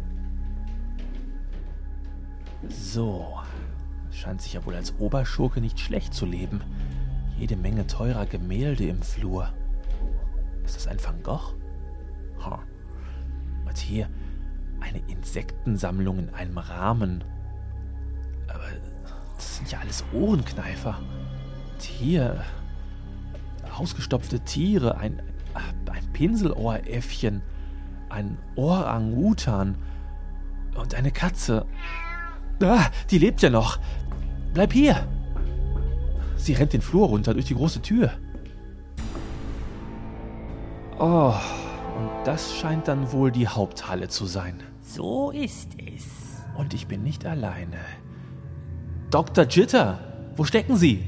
A: So, scheint sich ja wohl als Oberschurke nicht schlecht zu leben. Jede Menge teurer Gemälde im Flur. Ist das ein Van Gogh? Ha. Und hier eine Insektensammlung in einem Rahmen. Aber das sind ja alles Ohrenkneifer. Und hier ausgestopfte Tiere, ein, ein Pinselohräffchen, ein Orangutan und eine Katze. Ah, die lebt ja noch. Bleib hier. Sie rennt den Flur runter durch die große Tür. Oh, und das scheint dann wohl die Haupthalle zu sein.
C: So ist es.
A: Und ich bin nicht alleine. Doktor Jitter, wo stecken Sie?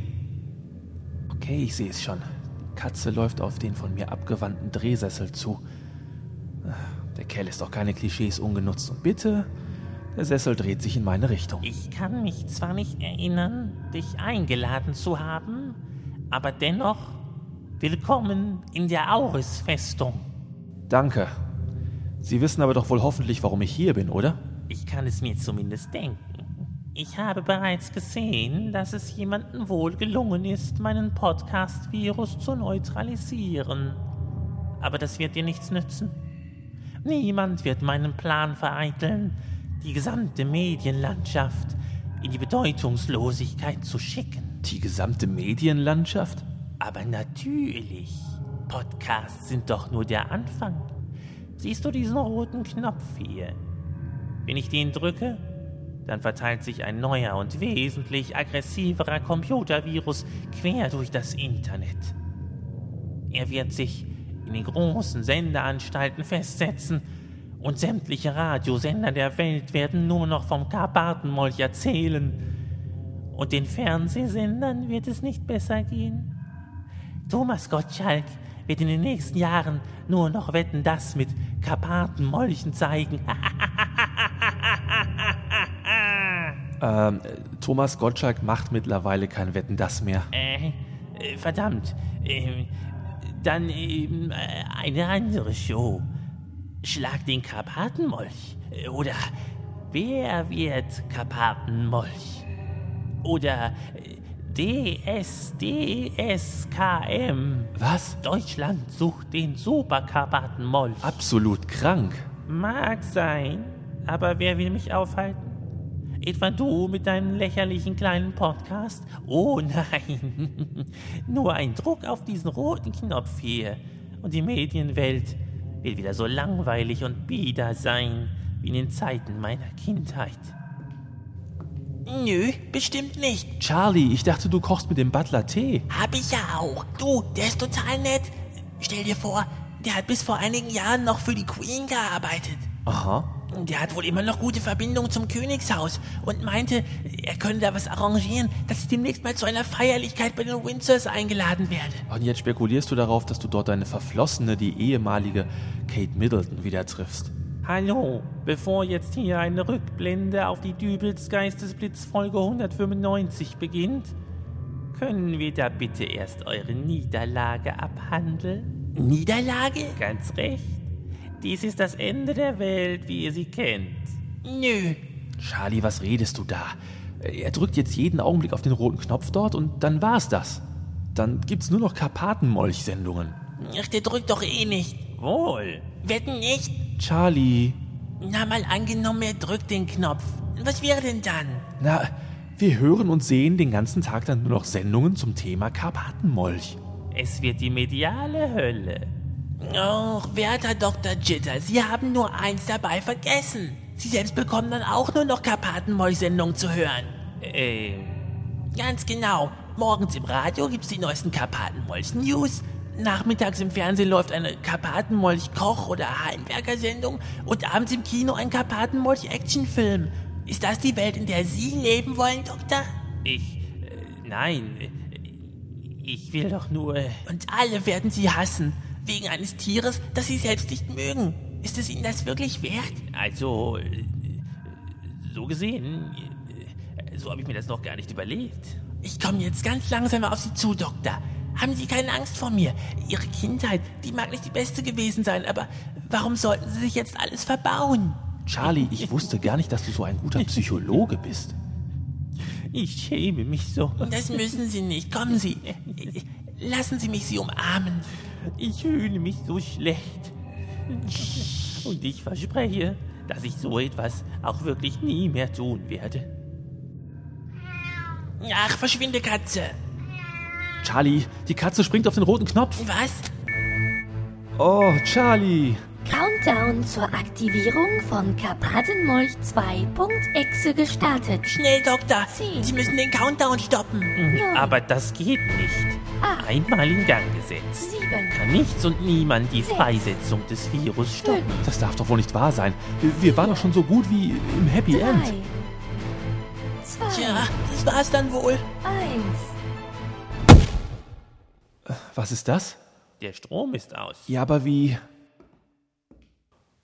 A: Okay, ich sehe es schon. Die Katze läuft auf den von mir abgewandten Drehsessel zu. Der Kerl ist doch keine Klischees ungenutzt. Und bitte, der Sessel dreht sich in meine Richtung.
I: Ich kann mich zwar nicht erinnern, dich eingeladen zu haben, aber dennoch willkommen in der Auris-Festung.
A: Danke. Sie wissen aber doch wohl hoffentlich, warum ich hier bin, oder?
I: Ich kann es mir zumindest denken. Ich habe bereits gesehen, dass es jemandem wohl gelungen ist, meinen Podcast-Virus zu neutralisieren. Aber das wird dir nichts nützen. Niemand wird meinen Plan vereiteln, die gesamte Medienlandschaft in die Bedeutungslosigkeit zu schicken.
A: Die gesamte Medienlandschaft?
I: Aber natürlich. Podcasts sind doch nur der Anfang. Siehst du diesen roten Knopf hier? Wenn ich den drücke, dann verteilt sich ein neuer und wesentlich aggressiverer Computervirus quer durch das Internet. Er wird sich in den großen Sendeanstalten festsetzen und sämtliche Radiosender der Welt werden nur noch vom Karpatenmolch erzählen. Und den Fernsehsendern wird es nicht besser gehen. Thomas Gottschalk wird in den nächsten Jahren nur noch Wetten, das mit Karpatenmolchen zeigen.
A: ähm, Thomas Gottschalk macht mittlerweile kein Wetten, das mehr.
I: Äh, äh verdammt. Äh, dann eben äh, eine andere Show. Schlag den Karpatenmolch. Oder Wer wird Karpatenmolch? Oder D S D S K M.
A: Was?
I: Deutschland sucht den Superkarpatenmolch.
A: Absolut krank.
I: Mag sein, aber wer will mich aufhalten? Etwa du mit deinem lächerlichen kleinen Podcast? Oh nein, nur ein Druck auf diesen roten Knopf hier und die Medienwelt will wieder so langweilig und bieder sein wie in den Zeiten meiner Kindheit.
C: Nö, bestimmt nicht.
A: Charlie, ich dachte, du kochst mit dem Butler Tee.
C: Hab ich ja auch. Du, der ist total nett. Stell dir vor, der hat bis vor einigen Jahren noch für die Queen gearbeitet.
A: Aha.
C: Der hat wohl immer noch gute Verbindungen zum Königshaus und meinte, er könne da was arrangieren, dass ich demnächst mal zu einer Feierlichkeit bei den Windsors eingeladen werde.
A: Und jetzt spekulierst du darauf, dass du dort deine Verflossene, die ehemalige Kate Middleton, wieder triffst.
I: Hallo, bevor jetzt hier eine Rückblende auf die Dübels Geistesblitz Folge hundertfünfundneunzig beginnt, können wir da bitte erst eure Niederlage abhandeln?
C: Niederlage?
I: Ganz recht. Dies ist das Ende der Welt, wie ihr sie kennt.
C: Nö.
A: Charlie, was redest du da? Er drückt jetzt jeden Augenblick auf den roten Knopf dort und dann war's das. Dann gibt's nur noch Karpatenmolch-Sendungen.
C: Ach, der drückt doch eh nicht.
I: Wohl.
C: Wetten nicht?
A: Charlie.
C: Na, mal angenommen, er drückt den Knopf. Was wäre denn dann?
A: Na, wir hören und sehen den ganzen Tag dann nur noch Sendungen zum Thema Karpatenmolch.
I: Es wird die mediale Hölle.
C: Och, werter Doktor Jitter, Sie haben nur eins dabei vergessen. Sie selbst bekommen dann auch nur noch Karpatenmolch-Sendungen zu hören.
I: Ähm.
C: Ganz genau. Morgens im Radio gibt's die neuesten Karpatenmolch-News. Nachmittags im Fernsehen läuft eine Karpatenmolch-Koch- oder Heimwerker-Sendung und abends im Kino ein Karpatenmolch-Actionfilm. Ist das die Welt, in der Sie leben wollen, Doktor?
I: Ich, äh, nein, ich will doch nur...
C: Und alle werden Sie hassen, wegen eines Tieres, das Sie selbst nicht mögen. Ist es Ihnen das wirklich wert?
I: Also, so gesehen, so habe ich mir das noch gar nicht überlegt.
C: Ich komme jetzt ganz langsam auf Sie zu, Doktor. Haben Sie keine Angst vor mir? Ihre Kindheit, die mag nicht die beste gewesen sein, aber warum sollten Sie sich jetzt alles verbauen?
A: Charlie, ich wusste gar nicht, dass du so ein guter Psychologe bist.
I: Ich schäme mich so.
C: Das müssen Sie nicht. Kommen Sie. Lassen Sie mich Sie umarmen.
I: Ich fühle mich so schlecht. Und ich verspreche, dass ich so etwas auch wirklich nie mehr tun werde.
C: Ach, verschwinde, Katze.
A: Charlie, die Katze springt auf den roten Knopf.
C: Was?
A: Oh, Charlie.
N: Countdown zur Aktivierung von Karpatenmolch zwei Punkt exe gestartet.
C: Schnell, Doktor. zehn. Sie müssen den Countdown stoppen.
I: neun. Aber das geht nicht.
N: acht.
I: Einmal in Gang gesetzt.
N: sieben.
I: Kann nichts und niemand die Freisetzung des Virus stoppen.
A: Das darf doch wohl nicht wahr sein. Wir waren doch schon so gut wie im Happy
N: drei,
A: End.
N: zwei,
C: Tja, das war's dann wohl.
N: eins.
A: Was ist das?
I: Der Strom ist aus.
A: Ja, aber wie...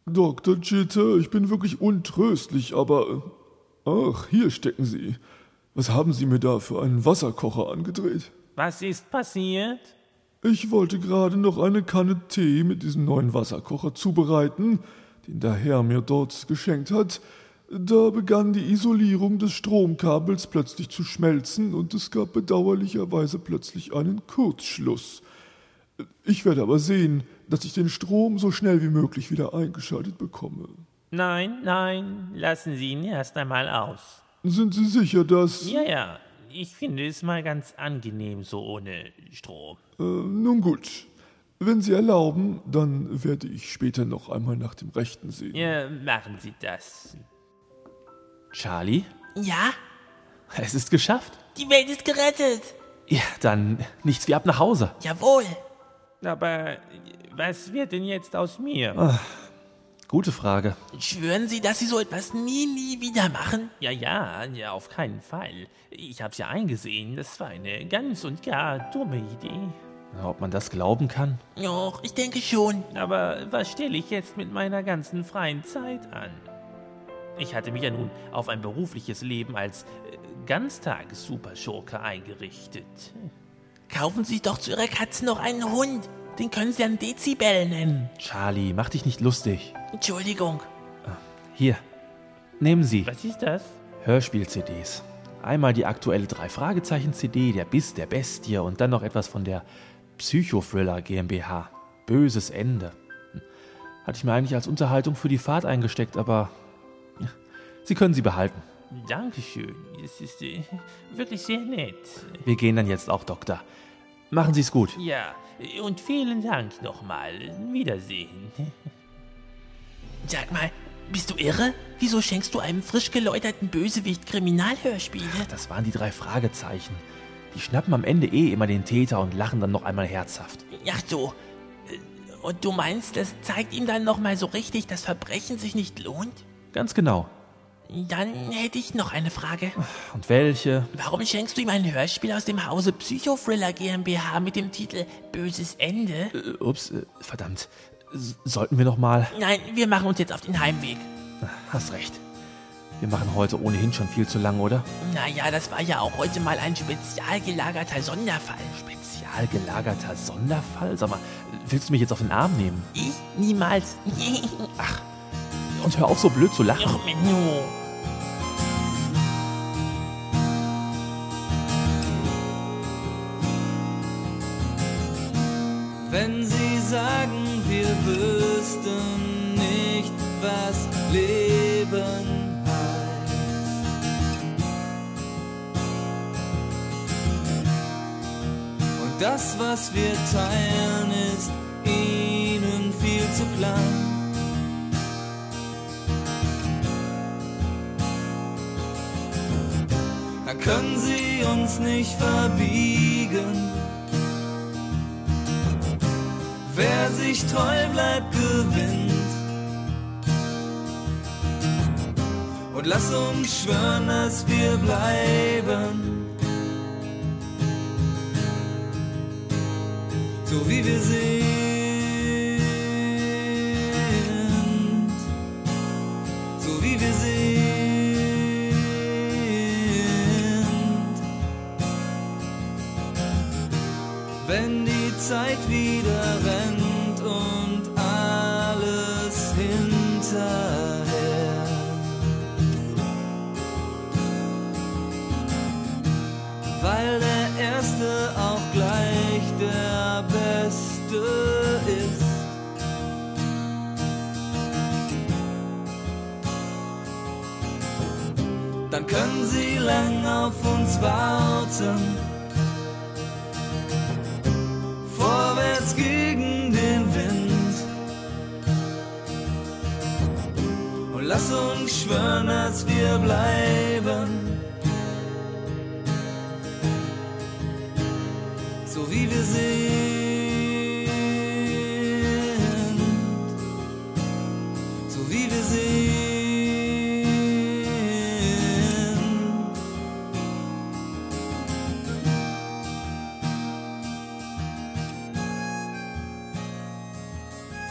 L: Doktor Jitter, ich bin wirklich untröstlich, aber... Ach, hier stecken Sie. Was haben Sie mir da für einen Wasserkocher angedreht?
I: Was ist passiert?
L: Ich wollte gerade noch eine Kanne Tee mit diesem neuen Wasserkocher zubereiten, den der Herr mir dort geschenkt hat. Da begann die Isolierung des Stromkabels plötzlich zu schmelzen und es gab bedauerlicherweise plötzlich einen Kurzschluss. Ich werde aber sehen, dass ich den Strom so schnell wie möglich wieder eingeschaltet bekomme.
I: Nein, nein, lassen Sie ihn erst einmal aus.
L: Sind Sie sicher, dass...
I: Ja, ja, ich finde es mal ganz angenehm so ohne Strom.
L: Äh, nun gut. Wenn Sie erlauben, dann werde ich später noch einmal nach dem Rechten sehen.
I: Ja, machen Sie das.
A: Charlie?
C: Ja?
A: Es ist geschafft.
C: Die Welt ist gerettet.
A: Ja, dann nichts wie ab nach Hause.
C: Jawohl.
I: Aber was wird denn jetzt aus mir?
A: Ach, gute Frage.
C: Schwören Sie, dass Sie so etwas nie, nie wieder machen?
I: Ja, ja, ja, auf keinen Fall. Ich hab's ja eingesehen, das war eine ganz und gar dumme Idee.
A: Ob man das glauben kann?
C: Doch, ich denke schon.
I: Aber was stelle ich jetzt mit meiner ganzen freien Zeit an? Ich hatte mich ja nun auf ein berufliches Leben als Ganztages-Superschurke eingerichtet.
C: Kaufen Sie doch zu Ihrer Katze noch einen Hund. Den können Sie dann Dezibel nennen.
A: Charlie, mach dich nicht lustig.
C: Entschuldigung.
A: Hier, nehmen Sie.
I: Was ist das?
A: Hörspiel-C Ds. Einmal die aktuelle drei-Fragezeichen-C D, der Biss der Bestie und dann noch etwas von der Psychothriller GmbH. Böses Ende. Hatte ich mir eigentlich als Unterhaltung für die Fahrt eingesteckt, aber Sie können sie behalten.
I: Dankeschön. Es ist äh, wirklich sehr nett.
A: Wir gehen dann jetzt auch, Doktor. Machen Sie es gut.
I: Ja, und vielen Dank nochmal. Wiedersehen.
C: Sag mal, bist du irre? Wieso schenkst du einem frisch geläuterten Bösewicht Kriminalhörspiele?
A: Ach, das waren die drei Fragezeichen. Die schnappen am Ende eh immer den Täter und lachen dann noch einmal herzhaft.
C: Ach so. Und du meinst, das zeigt ihm dann nochmal so richtig, dass Verbrechen sich nicht lohnt?
A: Ganz genau.
C: Dann hätte ich noch eine Frage.
A: Und welche?
C: Warum schenkst du ihm ein Hörspiel aus dem Hause Psychothriller GmbH mit dem Titel Böses Ende?
A: Äh, ups, äh, verdammt. S- sollten wir noch mal...
C: Nein, wir machen uns jetzt auf den Heimweg.
A: Hast recht. Wir machen heute ohnehin schon viel zu lang, oder?
C: Naja, das war ja auch heute mal ein spezial gelagerter Sonderfall.
A: Spezial gelagerter Sonderfall? Sag mal, willst du mich jetzt auf den Arm nehmen?
C: Ich? Niemals.
A: Ach, und hör auf, so blöd zu lachen.
C: Ach, Menno.
Q: Wenn sie sagen, wir wüssten nicht, was Leben heißt. Und das, was wir teilen, ist ihnen viel zu klein. Dann können sie uns nicht verbiegen. Wer sich treu bleibt, gewinnt. Und lass uns schwören, dass wir bleiben, so wie wir sind, so wie wir sind. Wenn die Zeit wieder rennt und alles hinterher, weil der Erste auch gleich der Beste ist. Dann können sie lang auf uns warten, vorwärts gegen den Wind. Und lass uns schwören, dass wir bleiben, so wie wir sind, so wie wir sind.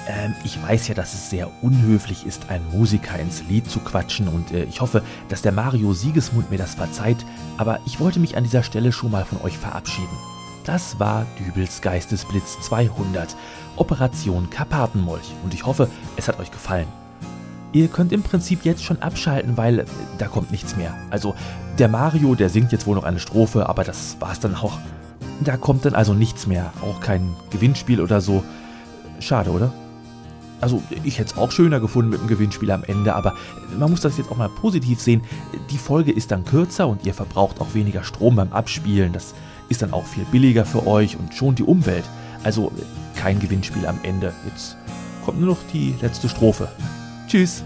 A: Ähm, ich weiß ja, dass es sehr unhöflich ist, einen Musiker ins Lied zu quatschen und äh, ich hoffe, dass der Mario Siegesmund mir das verzeiht, aber ich wollte mich an dieser Stelle schon mal von euch verabschieden. Das war Dübels Geistesblitz zweihundert, Operation Karpatenmolch und ich hoffe, es hat euch gefallen. Ihr könnt im Prinzip jetzt schon abschalten, weil äh, da kommt nichts mehr. Also der Mario, der singt jetzt wohl noch eine Strophe, aber das war's dann auch. Da kommt dann also nichts mehr, auch kein Gewinnspiel oder so. Schade, oder? Also ich hätte es auch schöner gefunden mit dem Gewinnspiel am Ende, aber man muss das jetzt auch mal positiv sehen. Die Folge ist dann kürzer und ihr verbraucht auch weniger Strom beim Abspielen. Das ist dann auch viel billiger für euch und schont die Umwelt. Also kein Gewinnspiel am Ende. Jetzt kommt nur noch die letzte Strophe. Tschüss!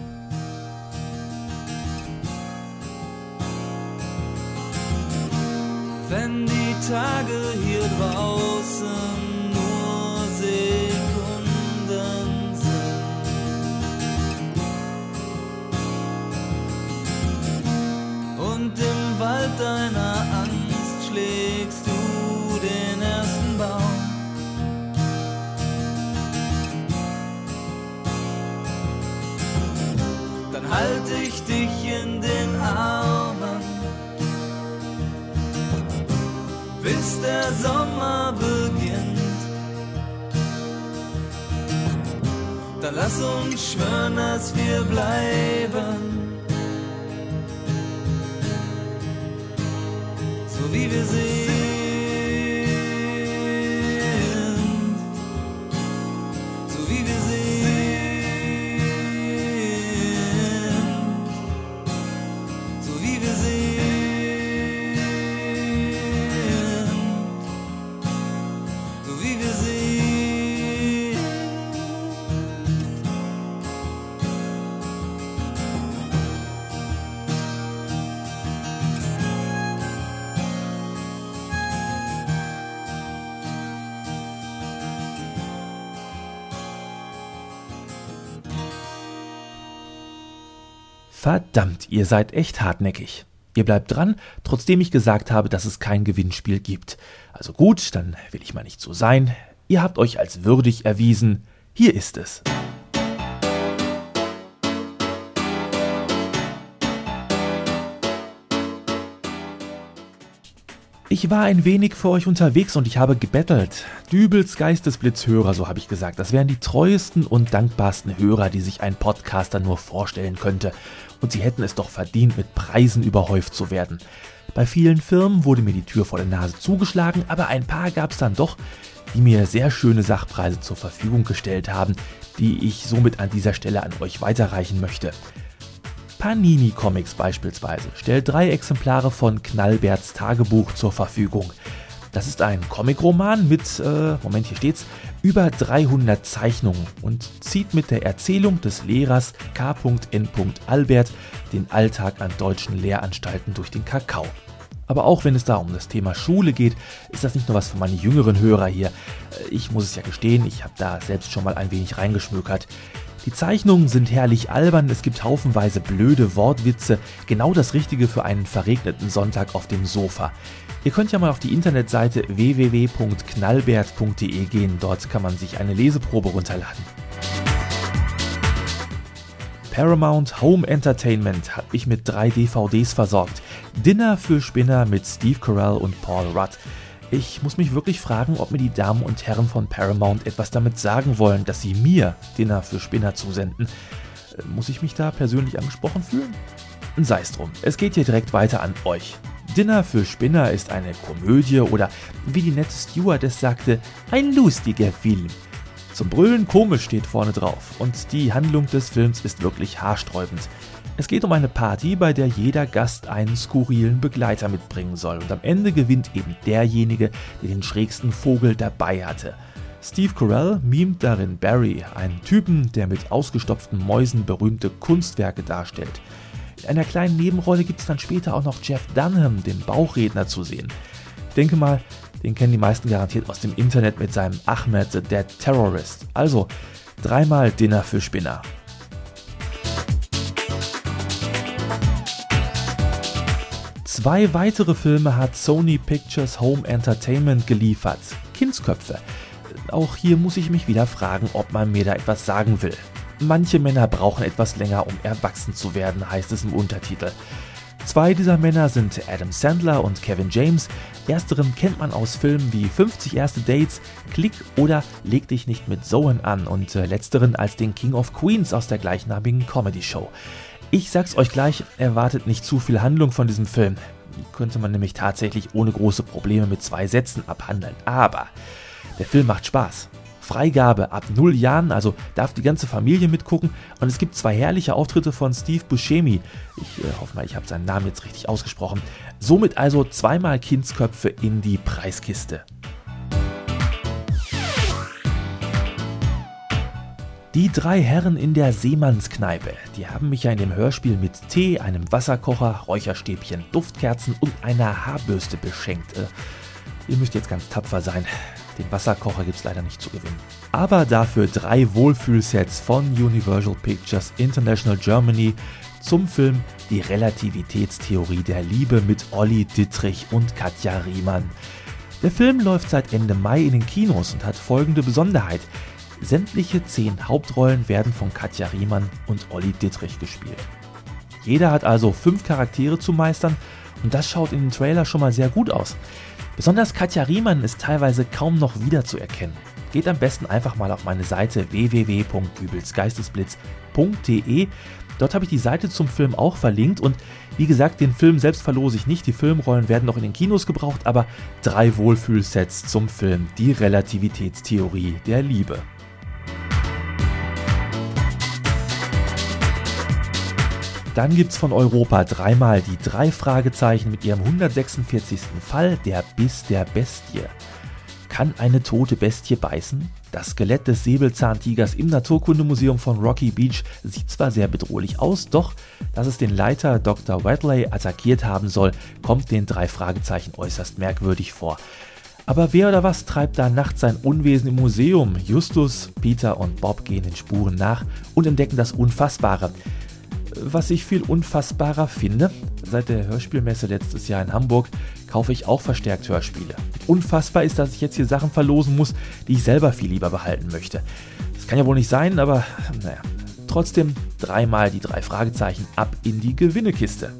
Q: Wenn die Tage hier draußen nur Sekunden sind und im Wald deiner Angst schlägst du den ersten Baum, dann halte ich dich in den Armen, bis der Sommer beginnt. Dann lass uns schwören, dass wir bleiben, so wie wir sind, so wie wir sind, so wie wir sind.
A: Verdammt, ihr seid echt hartnäckig. Ihr bleibt dran, trotzdem ich gesagt habe, dass es kein Gewinnspiel gibt. Also gut, dann will ich mal nicht so sein. Ihr habt euch als würdig erwiesen. Hier ist es. Ich war ein wenig für euch unterwegs und ich habe gebettelt. Dübels Geistesblitzhörer, so habe ich gesagt. Das wären die treuesten und dankbarsten Hörer, die sich ein Podcaster nur vorstellen könnte. Und sie hätten es doch verdient, mit Preisen überhäuft zu werden. Bei vielen Firmen wurde mir die Tür vor der Nase zugeschlagen, aber ein paar gab es dann doch, die mir sehr schöne Sachpreise zur Verfügung gestellt haben, die ich somit an dieser Stelle an euch weiterreichen möchte. Panini Comics beispielsweise stellt drei Exemplare von Knallberts Tagebuch zur Verfügung. Das ist ein Comicroman mit, äh, Moment, hier steht's, über dreihundert Zeichnungen und zieht mit der Erzählung des Lehrers K N Albert den Alltag an deutschen Lehranstalten durch den Kakao. Aber auch wenn es da um das Thema Schule geht, ist das nicht nur was für meine jüngeren Hörer hier. Ich muss es ja gestehen, ich habe da selbst schon mal ein wenig reingeschmökert. Die Zeichnungen sind herrlich albern, es gibt haufenweise blöde Wortwitze, genau das Richtige für einen verregneten Sonntag auf dem Sofa. Ihr könnt ja mal auf die Internetseite w w w punkt knallbert punkt d e gehen, dort kann man sich eine Leseprobe runterladen. Paramount Home Entertainment hat mich mit drei D V Ds versorgt. Dinner für Spinner mit Steve Carell und Paul Rudd. Ich muss mich wirklich fragen, ob mir die Damen und Herren von Paramount etwas damit sagen wollen, dass sie mir Dinner für Spinner zusenden. Muss ich mich da persönlich angesprochen fühlen? Sei es drum, es geht hier direkt weiter an euch. Dinner für Spinner ist eine Komödie oder, wie die nette Stewardess sagte, ein lustiger Film. Zum Brüllen komisch steht vorne drauf und die Handlung des Films ist wirklich haarsträubend. Es geht um eine Party, bei der jeder Gast einen skurrilen Begleiter mitbringen soll und am Ende gewinnt eben derjenige, der den schrägsten Vogel dabei hatte. Steve Carell mimt darin Barry, einen Typen, der mit ausgestopften Mäusen berühmte Kunstwerke darstellt. In einer kleinen Nebenrolle gibt es dann später auch noch Jeff Dunham, den Bauchredner, zu sehen. Ich denke mal, den kennen die meisten garantiert aus dem Internet mit seinem Ahmed the Dead Terrorist. Also, dreimal Dinner für Spinner. Zwei weitere Filme hat Sony Pictures Home Entertainment geliefert. Kindsköpfe. Auch hier muss ich mich wieder fragen, ob man mir da etwas sagen will. Manche Männer brauchen etwas länger, um erwachsen zu werden, heißt es im Untertitel. Zwei dieser Männer sind Adam Sandler und Kevin James. Ersteren kennt man aus Filmen wie fünfzig erste Dates, Click oder Leg dich nicht mit Zoen an und äh, letzteren als den King of Queens aus der gleichnamigen Comedy-Show. Ich sag's euch gleich, erwartet nicht zu viel Handlung von diesem Film. Könnte man nämlich tatsächlich ohne große Probleme mit zwei Sätzen abhandeln. Aber der Film macht Spaß. Freigabe ab null Jahren, also darf die ganze Familie mitgucken. Und es gibt zwei herrliche Auftritte von Steve Buscemi. Ich äh, hoffe mal, ich habe seinen Namen jetzt richtig ausgesprochen. Somit also zweimal Kindsköpfe in die Preiskiste. Die drei Herren in der Seemannskneipe, die haben mich ja in dem Hörspiel mit Tee, einem Wasserkocher, Räucherstäbchen, Duftkerzen und einer Haarbürste beschenkt. Äh, ihr müsst jetzt ganz tapfer sein. Den Wasserkocher gibt's leider nicht zu gewinnen. Aber dafür drei Wohlfühlsets von Universal Pictures International Germany zum Film Die Relativitätstheorie der Liebe mit Olli Dittrich und Katja Riemann. Der Film läuft seit Ende Mai in den Kinos und hat folgende Besonderheit. Sämtliche zehn Hauptrollen werden von Katja Riemann und Olli Dittrich gespielt. Jeder hat also fünf Charaktere zu meistern und das schaut in den Trailer schon mal sehr gut aus. Besonders Katja Riemann ist teilweise kaum noch wiederzuerkennen. Geht am besten einfach mal auf meine Seite w w w punkt dübelsgeistesblitz punkt d e. Dort habe ich die Seite zum Film auch verlinkt und wie gesagt, den Film selbst verlose ich nicht. Die Filmrollen werden noch in den Kinos gebraucht, aber drei Wohlfühlsets zum Film Die Relativitätstheorie der Liebe. Dann gibt's von Europa dreimal die drei Fragezeichen mit ihrem hundertsechsundvierzigsten Fall, der Biss der Bestie. Kann eine tote Bestie beißen? Das Skelett des Säbelzahntigers im Naturkundemuseum von Rocky Beach sieht zwar sehr bedrohlich aus, doch dass es den Leiter Doktor Wadley attackiert haben soll, kommt den drei Fragezeichen äußerst merkwürdig vor. Aber wer oder was treibt da nachts sein Unwesen im Museum? Justus, Peter und Bob gehen den Spuren nach und entdecken das Unfassbare. Was ich viel unfassbarer finde, seit der Hörspielmesse letztes Jahr in Hamburg kaufe ich auch verstärkt Hörspiele. Unfassbar ist, dass ich jetzt hier Sachen verlosen muss, die ich selber viel lieber behalten möchte. Das kann ja wohl nicht sein, aber naja. Trotzdem dreimal die drei Fragezeichen ab in die Gewinnekiste.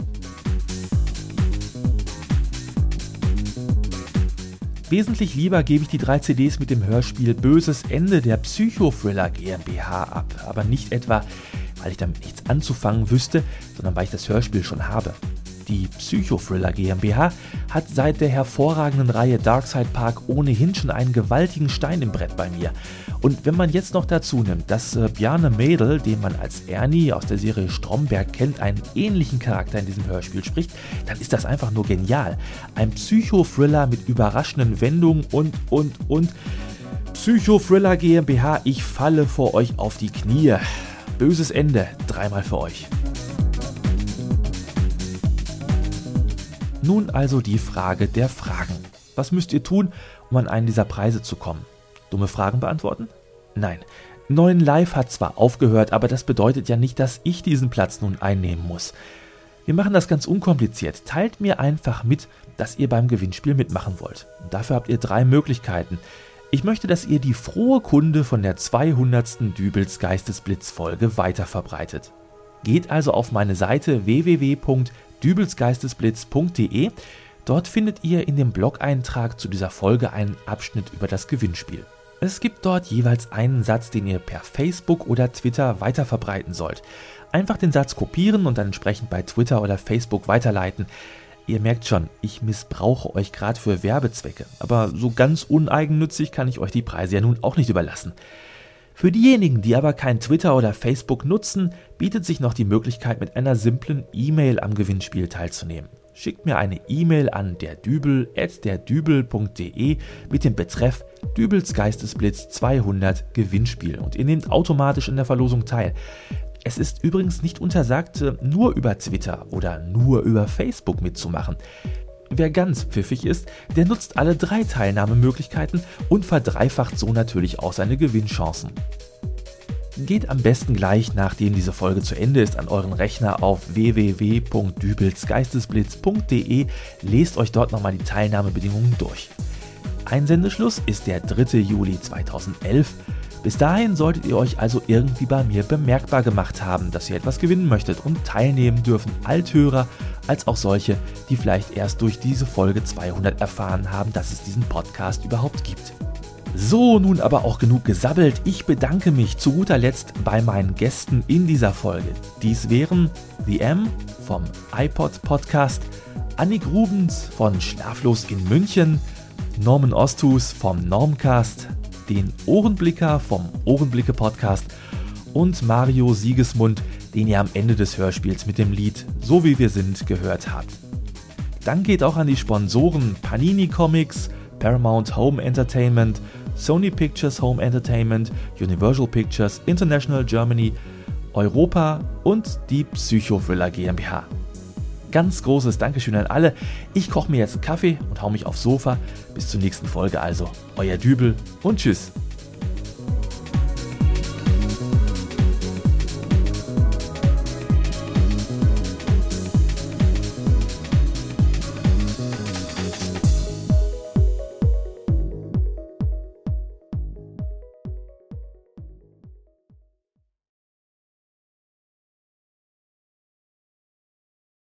A: Wesentlich lieber gebe ich die drei C Ds mit dem Hörspiel Böses Ende der Psychothriller GmbH ab, aber nicht etwa, weil ich damit nichts anzufangen wüsste, sondern weil ich das Hörspiel schon habe. Die Psychothriller GmbH hat seit der hervorragenden Reihe Darkside Park ohnehin schon einen gewaltigen Stein im Brett bei mir. Und wenn man jetzt noch dazu nimmt, dass äh, Bjarne Mädel, den man als Ernie aus der Serie Stromberg kennt, einen ähnlichen Charakter in diesem Hörspiel spricht, dann ist das einfach nur genial. Ein Psychothriller mit überraschenden Wendungen und, und, und. Psychothriller GmbH, ich falle vor euch auf die Knie. Böses Ende, dreimal für euch. Nun also die Frage der Fragen. Was müsst ihr tun, um an einen dieser Preise zu kommen? Dumme Fragen beantworten? Nein. Neuen Live hat zwar aufgehört, aber das bedeutet ja nicht, dass ich diesen Platz nun einnehmen muss. Wir machen das ganz unkompliziert. Teilt mir einfach mit, dass ihr beim Gewinnspiel mitmachen wollt. Und dafür habt ihr drei Möglichkeiten. Ich möchte, dass ihr die frohe Kunde von der zweihundertsten Dübels Geistesblitz-Folge weiterverbreitet. Geht also auf meine Seite w w w punkt dübelsgeistesblitz punkt d e. Dort findet ihr in dem Blog-Eintrag zu dieser Folge einen Abschnitt über das Gewinnspiel. Es gibt dort jeweils einen Satz, den ihr per Facebook oder Twitter weiterverbreiten sollt. Einfach den Satz kopieren und dann entsprechend bei Twitter oder Facebook weiterleiten. Ihr merkt schon, ich missbrauche euch gerade für Werbezwecke, aber so ganz uneigennützig kann ich euch die Preise ja nun auch nicht überlassen. Für diejenigen, die aber kein Twitter oder Facebook nutzen, bietet sich noch die Möglichkeit, mit einer simplen E-Mail am Gewinnspiel teilzunehmen. Schickt mir eine E-Mail an derdübel at derdübel punkt de mit dem Betreff Dübels Geistesblitz zweihundert Gewinnspiel und ihr nehmt automatisch an der Verlosung teil. Es ist übrigens nicht untersagt, nur über Twitter oder nur über Facebook mitzumachen. Wer ganz pfiffig ist, der nutzt alle drei Teilnahmemöglichkeiten und verdreifacht so natürlich auch seine Gewinnchancen. Geht am besten gleich, nachdem diese Folge zu Ende ist, an euren Rechner auf w w w punkt dübelsgeistesblitz punkt de, lest euch dort nochmal die Teilnahmebedingungen durch. Einsendeschluss ist der dritte Juli zweitausendelf. Bis dahin solltet ihr euch also irgendwie bei mir bemerkbar gemacht haben, dass ihr etwas gewinnen möchtet, und teilnehmen dürfen Althörer als auch solche, die vielleicht erst durch diese Folge zweihundert erfahren haben, dass es diesen Podcast überhaupt gibt. So, nun aber auch genug gesabbelt. Ich bedanke mich zu guter Letzt bei meinen Gästen in dieser Folge. Dies wären The M vom iPod Podcast, Annik Rubens von Schlaflos in München, Norman Osthus vom Normcast, den Ohrenblicker vom Ohrenblicke Podcast und Mario Siegesmund, den ihr am Ende des Hörspiels mit dem Lied So wie wir sind gehört habt. Dank geht auch an die Sponsoren Panini Comics, Paramount Home Entertainment, Sony Pictures Home Entertainment, Universal Pictures International Germany, Europa und die Psychothriller GmbH. Ganz großes Dankeschön an alle. Ich koche mir jetzt einen Kaffee und hau mich aufs Sofa. Bis zur nächsten Folge also. Euer Dübel und tschüss.